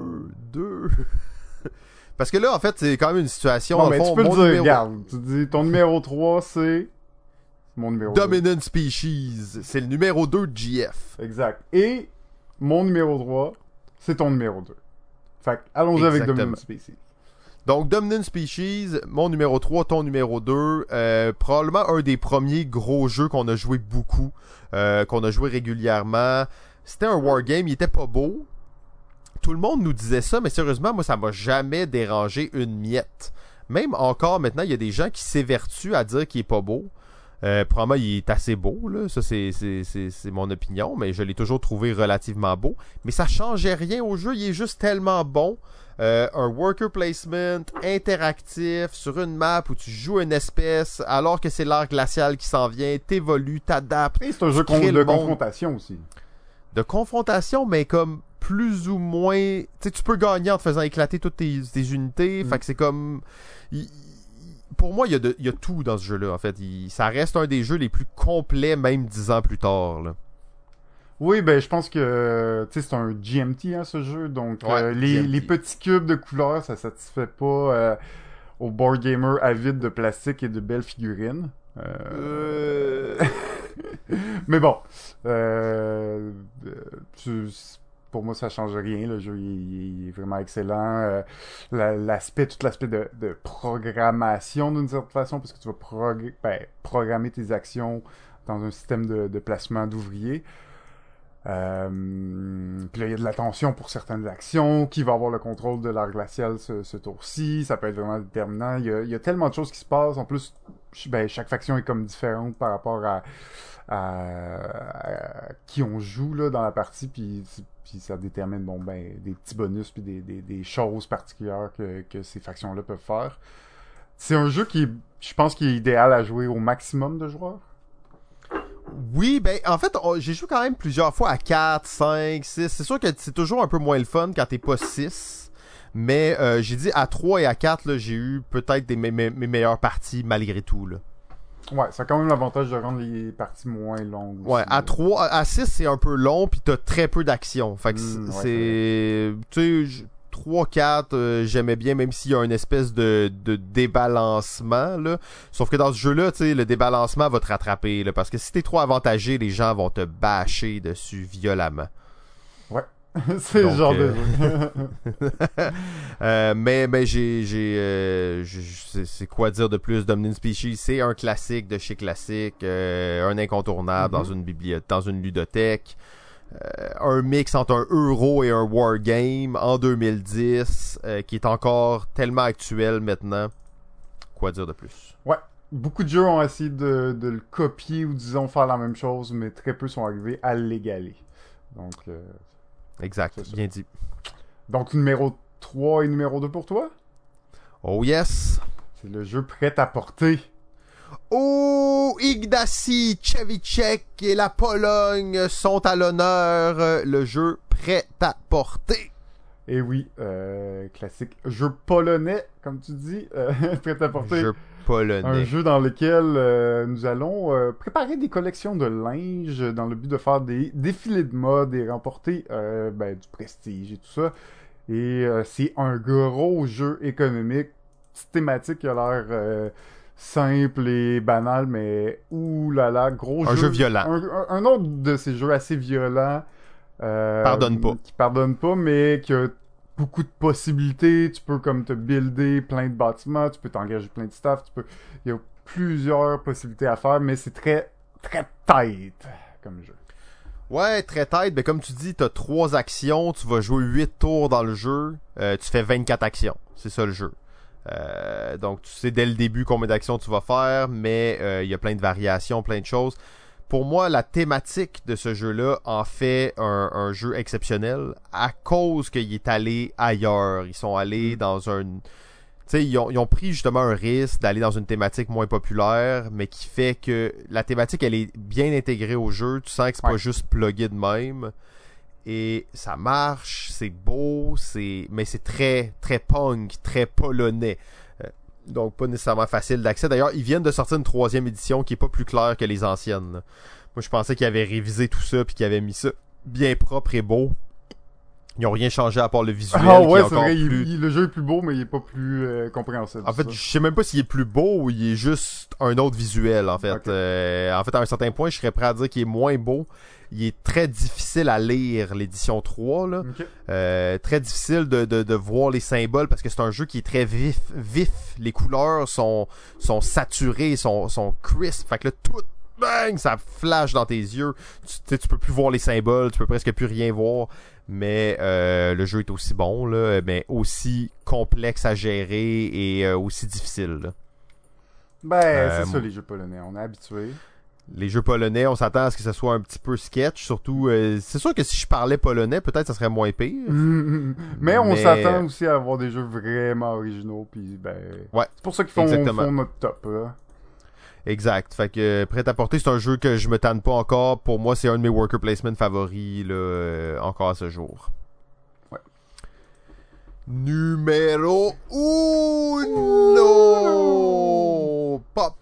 Parce que là, en fait, c'est quand même une situation... Non, mais tu peux le dire, regarde. Tu dis, ton numéro 3, c'est... Mon numéro Dominant 2. Species. C'est le numéro 2 de GF. Exact. Et mon numéro 3, c'est ton numéro 2. Fait allons-y avec Dominant Species. Donc, Dominant Species, mon numéro 3, ton numéro 2. Probablement un des premiers gros jeux qu'on a joué beaucoup. Qu'on a joué régulièrement. C'était un wargame, il était pas beau. Tout le monde nous disait ça, mais sérieusement, moi, ça m'a jamais dérangé une miette. Même encore maintenant, il y a des gens qui s'évertuent à dire qu'il est pas beau. Probablement il est assez beau, là. Ça c'est mon opinion, mais je l'ai toujours trouvé relativement beau. Mais ça changeait rien au jeu, il est juste tellement bon. Un worker placement interactif sur une map où tu joues une espèce alors que c'est l'ère glaciale qui s'en vient, t'évolues, t'adaptes. Et c'est un jeu de confrontation aussi. De confrontation, mais comme plus ou moins... Tu sais, tu peux gagner en te faisant éclater toutes tes unités. Fait que c'est comme... Pour moi, il y a tout dans ce jeu-là, en fait. Ça reste un des jeux les plus complets, même 10 ans plus tard, là. Oui, ben je pense que c'est un GMT, hein, ce jeu. Donc, ouais, les petits cubes de couleurs, ça satisfait pas aux board gamers avides de plastique et de belles figurines. Mais bon, pour moi, ça change rien. Le jeu il est vraiment excellent. Tout l'aspect de programmation d'une certaine façon, parce que tu vas programmer tes actions dans un système de placement d'ouvriers. Puis là, il y a de l'attention pour certaines actions. Qui va avoir le contrôle de l'art glacial ce tour-ci? Ça peut être vraiment déterminant. Il y a tellement de choses qui se passent. En plus, chaque faction est comme différente par rapport à qui on joue là, dans la partie. Puis ça détermine des petits bonus puis des choses particulières que ces factions-là peuvent faire. C'est un jeu je pense qu'il est idéal à jouer au maximum de joueurs. Oui, ben en fait, j'ai joué quand même plusieurs fois à 4, 5, 6. C'est sûr que c'est toujours un peu moins le fun quand t'es pas 6. Mais j'ai dit à 3 et à 4, là, j'ai eu peut-être mes meilleures parties malgré tout, là. Ouais, ça a quand même l'avantage de rendre les parties moins longues. Ouais, aussi. à 6, c'est un peu long, puis t'as très peu d'action. Fait que c'est... Tu sais, 3-4, j'aimais bien, même s'il y a une espèce de débalancement, là. Sauf que dans ce jeu-là, tu sais, le débalancement va te rattraper, là. Parce que si t'es trop avantagé, les gens vont te bâcher dessus violemment. Ouais. C'est le genre de jeu. mais c'est quoi dire de plus? Dominion Species, c'est un classique de chez classique, un incontournable dans une bibliothèque, dans une ludothèque, un mix entre un euro et un wargame en 2010, qui est encore tellement actuel maintenant. Quoi dire de plus? Ouais. Beaucoup de jeux ont essayé de le copier ou disons faire la même chose, mais très peu sont arrivés à l'égaler. Donc, exact, bien dit. Donc, numéro 3 et numéro 2 pour toi? Oh yes! C'est le jeu prêt à porter. Oh, Ignacy Trzewiczek et la Pologne sont à l'honneur. Le jeu prêt à porter. Et oui, classique jeu polonais, comme tu dis, prêt à porter. Jeu polonais. Un jeu dans lequel nous allons préparer des collections de linge dans le but de faire des défilés de mode et remporter du prestige et tout ça. Et c'est un gros jeu économique. Petite thématique qui a l'air simple et banal, mais oulala, gros jeu. Un jeu violent. Un autre de ces jeux assez violents. Pardonne pas. Qui pardonne pas, mais qui a beaucoup de possibilités. Tu peux comme te builder plein de bâtiments, tu peux t'engager plein de staff, il y a plusieurs possibilités à faire, mais c'est très, très tight comme jeu. Ouais, très tight, mais comme tu dis, t'as 3 actions, tu vas jouer 8 tours dans le jeu, tu fais 24 actions. C'est ça le jeu. Donc tu sais dès le début combien d'actions tu vas faire, mais il y a plein de variations, plein de choses. Pour moi, la thématique de ce jeu-là en fait un jeu exceptionnel à cause qu'il est allé ailleurs. Ils sont allés dans un... Tu sais, ils ont pris justement un risque d'aller dans une thématique moins populaire, mais qui fait que la thématique, elle est bien intégrée au jeu. Tu sens que c'est pas juste plugué de même. Et ça marche, c'est beau, mais c'est très, très punk, très polonais. Donc pas nécessairement facile d'accès. D'ailleurs, ils viennent de sortir une 3e édition qui est pas plus claire que les anciennes. Là. Moi, je pensais qu'ils avaient révisé tout ça puis qu'ils avaient mis ça bien propre et beau. Ils n'ont rien changé à part le visuel. Ah ouais, c'est vrai, plus... le jeu est plus beau, mais il est pas plus compréhensible. En fait, je sais même pas s'il est plus beau ou il est juste un autre visuel, en fait. Okay. En fait, à un certain point, je serais prêt à dire qu'il est moins beau. Il est très difficile à lire, l'édition 3, là. Okay. Très difficile de voir les symboles parce que c'est un jeu qui est très vif. Les couleurs sont saturées, sont crisp. Fait que là, tout, bang, ça flash dans tes yeux. Tu peux plus voir les symboles, tu peux presque plus rien voir. Mais le jeu est aussi bon, là, mais aussi complexe à gérer et aussi difficile. Là. C'est ça les jeux polonais, on est habitué. Les jeux polonais, on s'attend à ce que ce soit un petit peu sketch, surtout... c'est sûr que si je parlais polonais, peut-être ça serait moins pire. mais on s'attend aussi à avoir des jeux vraiment originaux, puis c'est pour ça qu'ils font notre top, là. Exact. Fait que prêt à porter, c'est un jeu que je me tanne pas encore. Pour moi, c'est un de mes worker placement favoris là, encore à ce jour. Ouais. Numéro 1.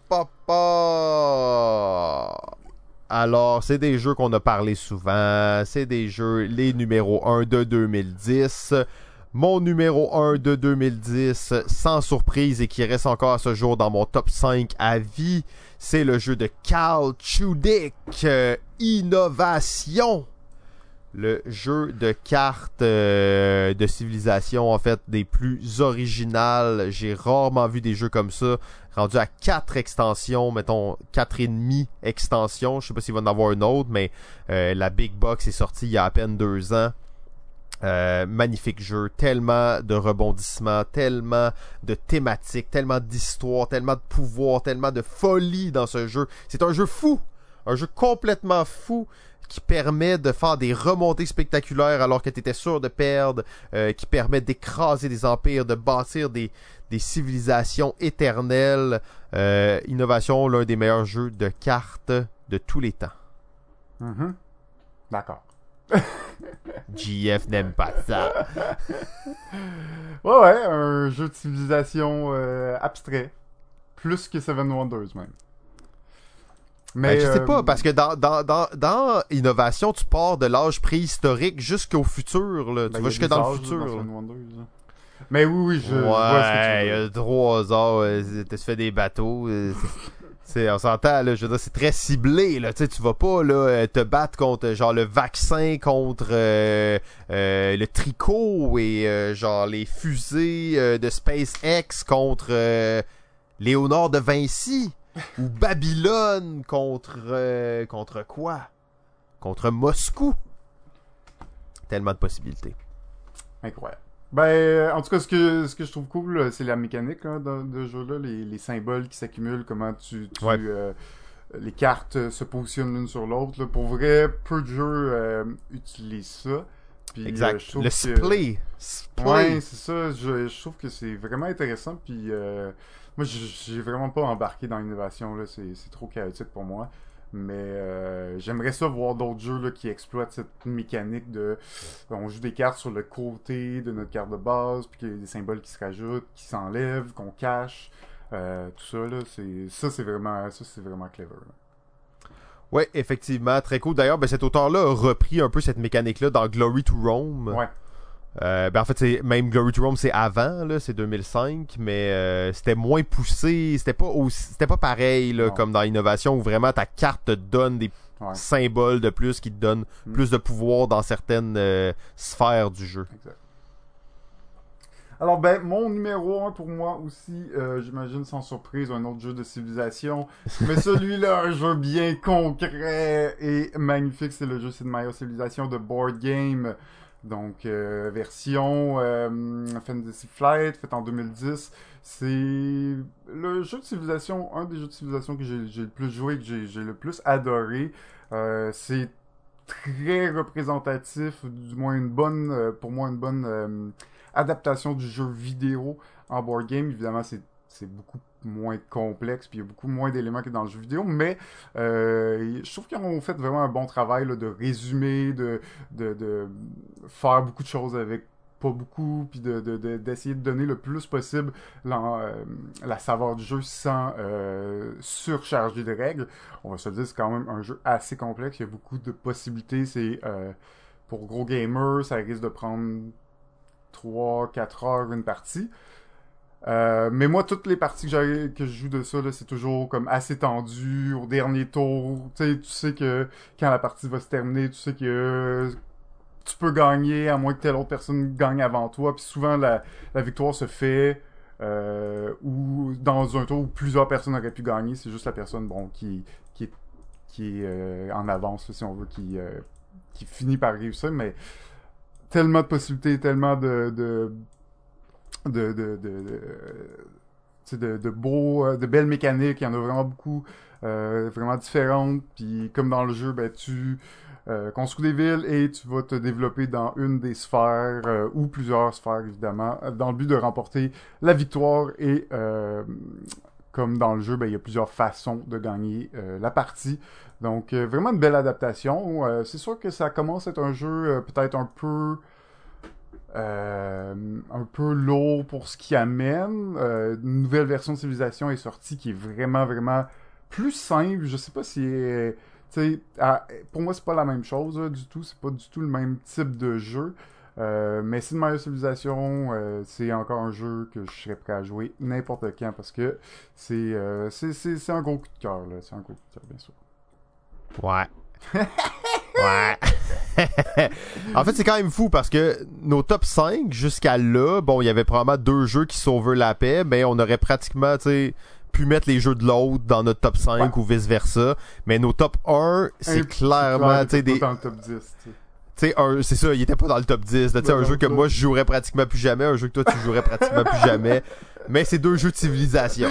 Alors, c'est des jeux qu'on a parlé souvent. C'est des jeux, les numéros 1 de 2010. Mon numéro 1 de 2010, sans surprise et qui reste encore à ce jour dans mon top 5 à vie, c'est le jeu de Carl Chudyk, Innovation. Le jeu de cartes de civilisation, en fait, des plus originales. J'ai rarement vu des jeux comme ça, rendu à 4 extensions, mettons 4,5 extensions. Je sais pas s'il va en avoir une autre, mais la Big Box est sortie il y a à peine 2 ans. Magnifique jeu, tellement de rebondissements, tellement de thématiques, tellement d'histoires, tellement de pouvoir, tellement de folie dans ce jeu. C'est un jeu fou, un jeu complètement fou qui permet de faire des remontées spectaculaires alors que tu étais sûr de perdre, qui permet d'écraser des empires, de bâtir des civilisations éternelles. Innovation, l'un des meilleurs jeux de cartes de tous les temps. D'accord. JF n'aime pas ça. Ouais, un jeu de civilisation abstrait. Plus que Seven Wonders, même. Mais je sais pas, parce que dans Innovation, tu pars de l'âge préhistorique jusqu'au futur, là. Tu vas jusque dans le futur. Mais oui, je vois ce que tu veux dire. Il y a 3 heures, tu fais des bateaux. On s'entend, là, je veux dire, c'est très ciblé, là. Tu vas pas là te battre contre genre le vaccin, contre le tricot et genre les fusées de SpaceX contre Léonard de Vinci ou Babylone contre quoi? Contre Moscou. Tellement de possibilités. Incroyable. Ben, en tout cas, ce que je trouve cool, c'est la mécanique là, de ce jeu-là, les symboles qui s'accumulent, comment les cartes se positionnent l'une sur l'autre. Là. Pour vrai, peu de jeux utilisent ça. Puis, exact. Je trouve le splay. Ouais, c'est ça. Je trouve que c'est vraiment intéressant. Puis moi, j'ai vraiment pas embarqué dans l'innovation. Là. C'est trop chaotique pour moi. Mais j'aimerais ça voir d'autres jeux là, qui exploitent cette mécanique de on joue des cartes sur le côté de notre carte de base, puis qu'il y a des symboles qui se rajoutent, qui s'enlèvent, qu'on cache. Tout ça, là, c'est vraiment clever. Oui, effectivement, très cool. D'ailleurs, cet auteur-là a repris un peu cette mécanique-là dans Glory to Rome. Ouais. En fait, même Glory to Rome, c'est avant, là, c'est 2005, mais c'était moins poussé, c'était pas pareil là, comme dans Innovation où vraiment ta carte te donne des symboles de plus qui te donnent plus de pouvoir dans certaines sphères du jeu. Exact. Alors mon numéro 1 pour moi aussi, j'imagine sans surprise, un autre jeu de civilisation, mais celui-là, un jeu bien concret et magnifique, c'est le jeu Sid Meier's Civilization de Board Game. Donc, version Fantasy Flight, faite en 2010. C'est le jeu de civilisation, un des jeux de civilisation que j'ai le plus joué, que j'ai le plus adoré. C'est très représentatif, du moins pour moi une bonne adaptation du jeu vidéo en board game. Évidemment, c'est beaucoup moins complexe, puis il y a beaucoup moins d'éléments que dans le jeu vidéo, mais je trouve qu'ils ont fait vraiment un bon travail là, de résumer, de faire beaucoup de choses avec pas beaucoup, puis d'essayer de donner le plus possible la saveur du jeu sans surcharger de règles. On va se le dire, c'est quand même un jeu assez complexe, il y a beaucoup de possibilités, c'est pour gros gamers, ça risque de prendre 3-4 heures une partie. Mais moi, toutes les parties que je joue de ça, là, c'est toujours comme assez tendu, au dernier tour. Tu sais que quand la partie va se terminer, tu sais que tu peux gagner à moins que telle autre personne gagne avant toi. Puis souvent, la victoire se fait ou dans un tour où plusieurs personnes auraient pu gagner. C'est juste la personne qui est en avance, là, si on veut, qui finit par réussir. Mais tellement de possibilités, tellement de belles mécaniques, il y en a vraiment beaucoup, vraiment différentes, puis comme dans le jeu, tu construis des villes et tu vas te développer dans une des sphères, ou plusieurs sphères évidemment, dans le but de remporter la victoire et comme dans le jeu, il y a plusieurs façons de gagner la partie. Donc vraiment une belle adaptation. C'est sûr que ça commence à être un jeu peut-être un peu lourd pour ce qui amène. Une nouvelle version de Civilisation est sortie qui est vraiment, vraiment plus simple. Je sais pas si... pour moi, c'est pas la même chose du tout. C'est pas du tout le même type de jeu. Mais Sid Meier's Civilization, c'est encore un jeu que je serais prêt à jouer n'importe quand parce que c'est un gros coup de cœur. Là. C'est un gros coup de cœur, bien sûr. Ouais. Ouais. En fait, c'est quand même fou parce que nos top 5 jusqu'à là, il y avait probablement 2 jeux qui s'overlappaient, mais on aurait pratiquement, pu mettre les jeux de l'autre dans notre top 5 ou vice versa. Mais nos top 1, c'est clairement, des dans le top 10, c'est ça, il était pas dans le top 10. Là, un jeu que moi je jouerais pratiquement plus jamais, un jeu que toi tu jouerais pratiquement plus jamais. Mais c'est 2 jeux de civilisation.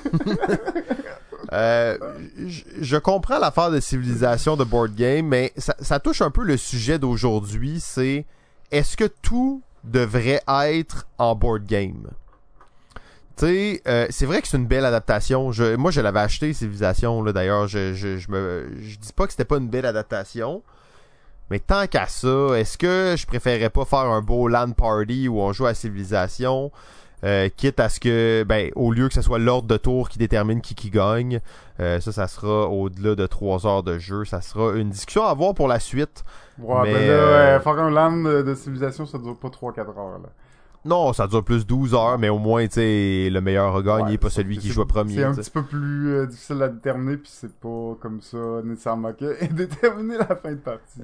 Je comprends l'affaire de civilisation de board game, mais ça touche un peu le sujet d'aujourd'hui, c'est est-ce que tout devrait être en board game? C'est vrai que c'est une belle adaptation. Moi, je l'avais acheté, Civilisation, là, d'ailleurs. Je dis pas que c'était pas une belle adaptation. Mais tant qu'à ça, est-ce que je préférerais pas faire un beau LAN party où on joue à Civilisation? quitte à ce que, au lieu que ce soit l'ordre de tour qui détermine qui gagne, ça sera au-delà de 3 heures de jeu. Ça sera une discussion à avoir pour la suite. Ouais, mais, faire un LAN de civilisation, ça dure pas 3-4 heures, là. Non, ça dure plus 12 heures, mais au moins, tu sais, le meilleur a gagné, pas celui qui joue premier. C'est un petit peu plus difficile à déterminer, puis c'est pas comme ça, nécessairement, que déterminer la fin de partie.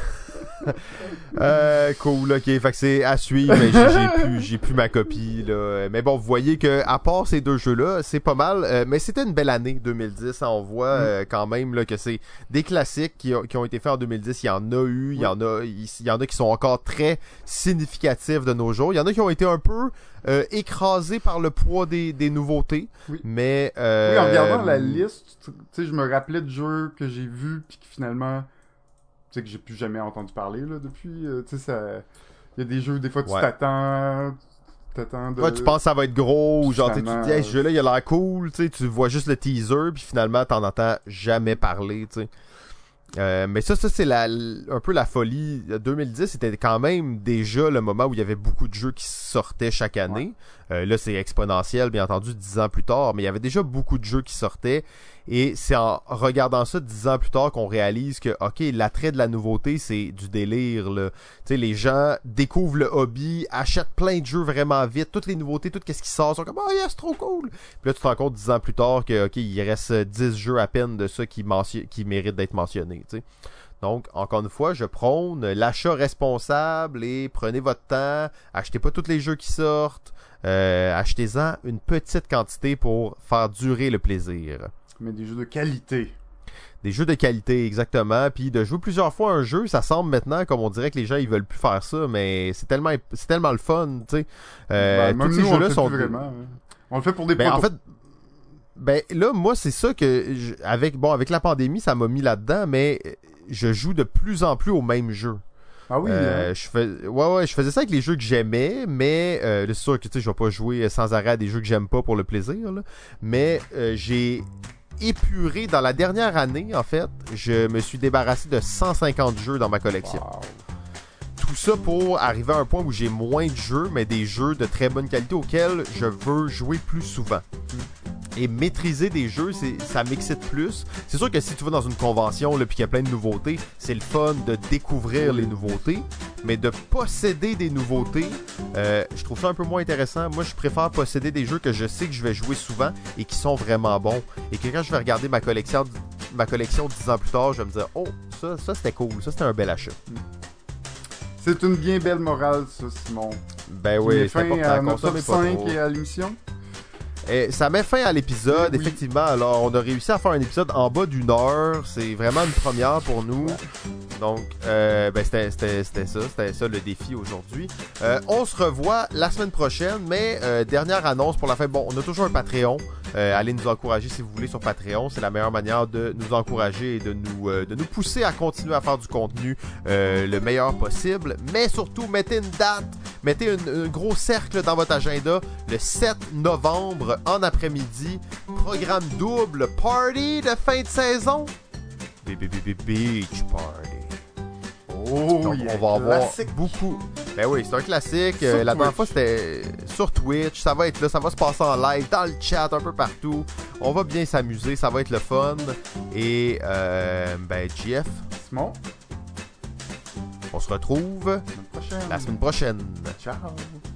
Cool, ok, fait que c'est à suivre, mais j'ai plus ma copie, là. Mais bon, vous voyez que, à part ces 2 jeux-là, c'est pas mal, mais c'était une belle année 2010, hein, on voit quand même là, que c'est des classiques qui ont été faits en 2010, il y en a eu, il y en a qui sont encore très significatifs de nos jours, il y en a qui ont été un peu écrasés par le poids des nouveautés, mais... Oui, en regardant la liste, tu sais, je me rappelais de jeux que j'ai vus, puis que finalement... Tu sais, que j'ai plus jamais entendu parler, là, depuis. Tu sais, il y a des jeux, des fois, tu t'attends de... Ouais, tu penses que ça va être gros, ou genre, tu te dis, hey, ce jeu-là, il a l'air cool, tu sais, tu vois juste le teaser, puis finalement, t'en entends jamais parler, tu sais. Mais ça c'est un peu la folie. 2010, c'était quand même déjà le moment où il y avait beaucoup de jeux qui sortaient chaque année. Là, c'est exponentiel, bien entendu, 10 ans plus tard, mais il y avait déjà beaucoup de jeux qui sortaient. Et c'est en regardant ça 10 ans plus tard qu'on réalise que, ok, l'attrait de la nouveauté, c'est du délire, là. Tu sais, les gens découvrent le hobby, achètent plein de jeux vraiment vite, toutes les nouveautés, tout ce qui sort, sont comme, oh yes, trop cool! Puis là, tu te rends compte 10 ans plus tard que, ok, il reste 10 jeux à peine de ça qui méritent d'être mentionnés, tu sais. Donc, encore une fois, je prône l'achat responsable et prenez votre temps, achetez pas tous les jeux qui sortent, achetez-en une petite quantité pour faire durer le plaisir. Mais des jeux de qualité. Des jeux de qualité, exactement. Puis de jouer plusieurs fois un jeu, ça semble maintenant comme on dirait que les gens ils veulent plus faire ça, mais c'est tellement le fun, tu sais. Tous ces jeux-là sont vraiment. Hein. On le fait pour des en fait, là, moi, c'est ça que avec la pandémie, ça m'a mis là-dedans, mais je joue de plus en plus au même jeu. Ah oui. Je faisais ça avec les jeux que j'aimais, mais c'est sûr que tu sais, je vais pas jouer sans arrêt à des jeux que j'aime pas pour le plaisir, là. Mais j'ai épuré dans la dernière année, en fait, je me suis débarrassé de 150 jeux dans ma collection. Wow. Tout ça pour arriver à un point où j'ai moins de jeux, mais des jeux de très bonne qualité auxquels je veux jouer plus souvent. Et maîtriser des jeux, ça m'excite plus. C'est sûr que si tu vas dans une convention là, puis qu'il y a plein de nouveautés, c'est le fun de découvrir les nouveautés, mais de posséder des nouveautés, je trouve ça un peu moins intéressant. Moi, je préfère posséder des jeux que je sais que je vais jouer souvent et qui sont vraiment bons. Et que quand je vais regarder ma collection 10 ans plus tard, je vais me dire « Oh, ça c'était cool, ça c'était un bel achat. » C'est une bien belle morale, ça, Simon. Ben oui, c'est important. À notre top 5 et à l'émission. Et ça met fin à l'épisode, oui. Effectivement. Alors, on a réussi à faire un épisode en bas d'1 heure. C'est vraiment une première pour nous. Donc, c'était ça le défi aujourd'hui. On se revoit la semaine prochaine, mais dernière annonce pour la fin. Bon, on a toujours un Patreon. Allez nous encourager si vous voulez sur Patreon. C'est la meilleure manière de nous encourager et de nous pousser à continuer à faire du contenu le meilleur possible. Mais surtout, mettez une date, mettez un gros cercle dans votre agenda. Le 7 novembre, en après-midi, programme double, party de fin de saison. Beach Party. Oh, donc, on va avoir beaucoup. Ben oui, c'est un classique. La dernière fois, c'était sur Twitch. Ça va être là, ça va se passer en live, dans le chat, un peu partout. On va bien s'amuser, ça va être le fun. Et, JF. Simon. On se retrouve la semaine prochaine. Ciao.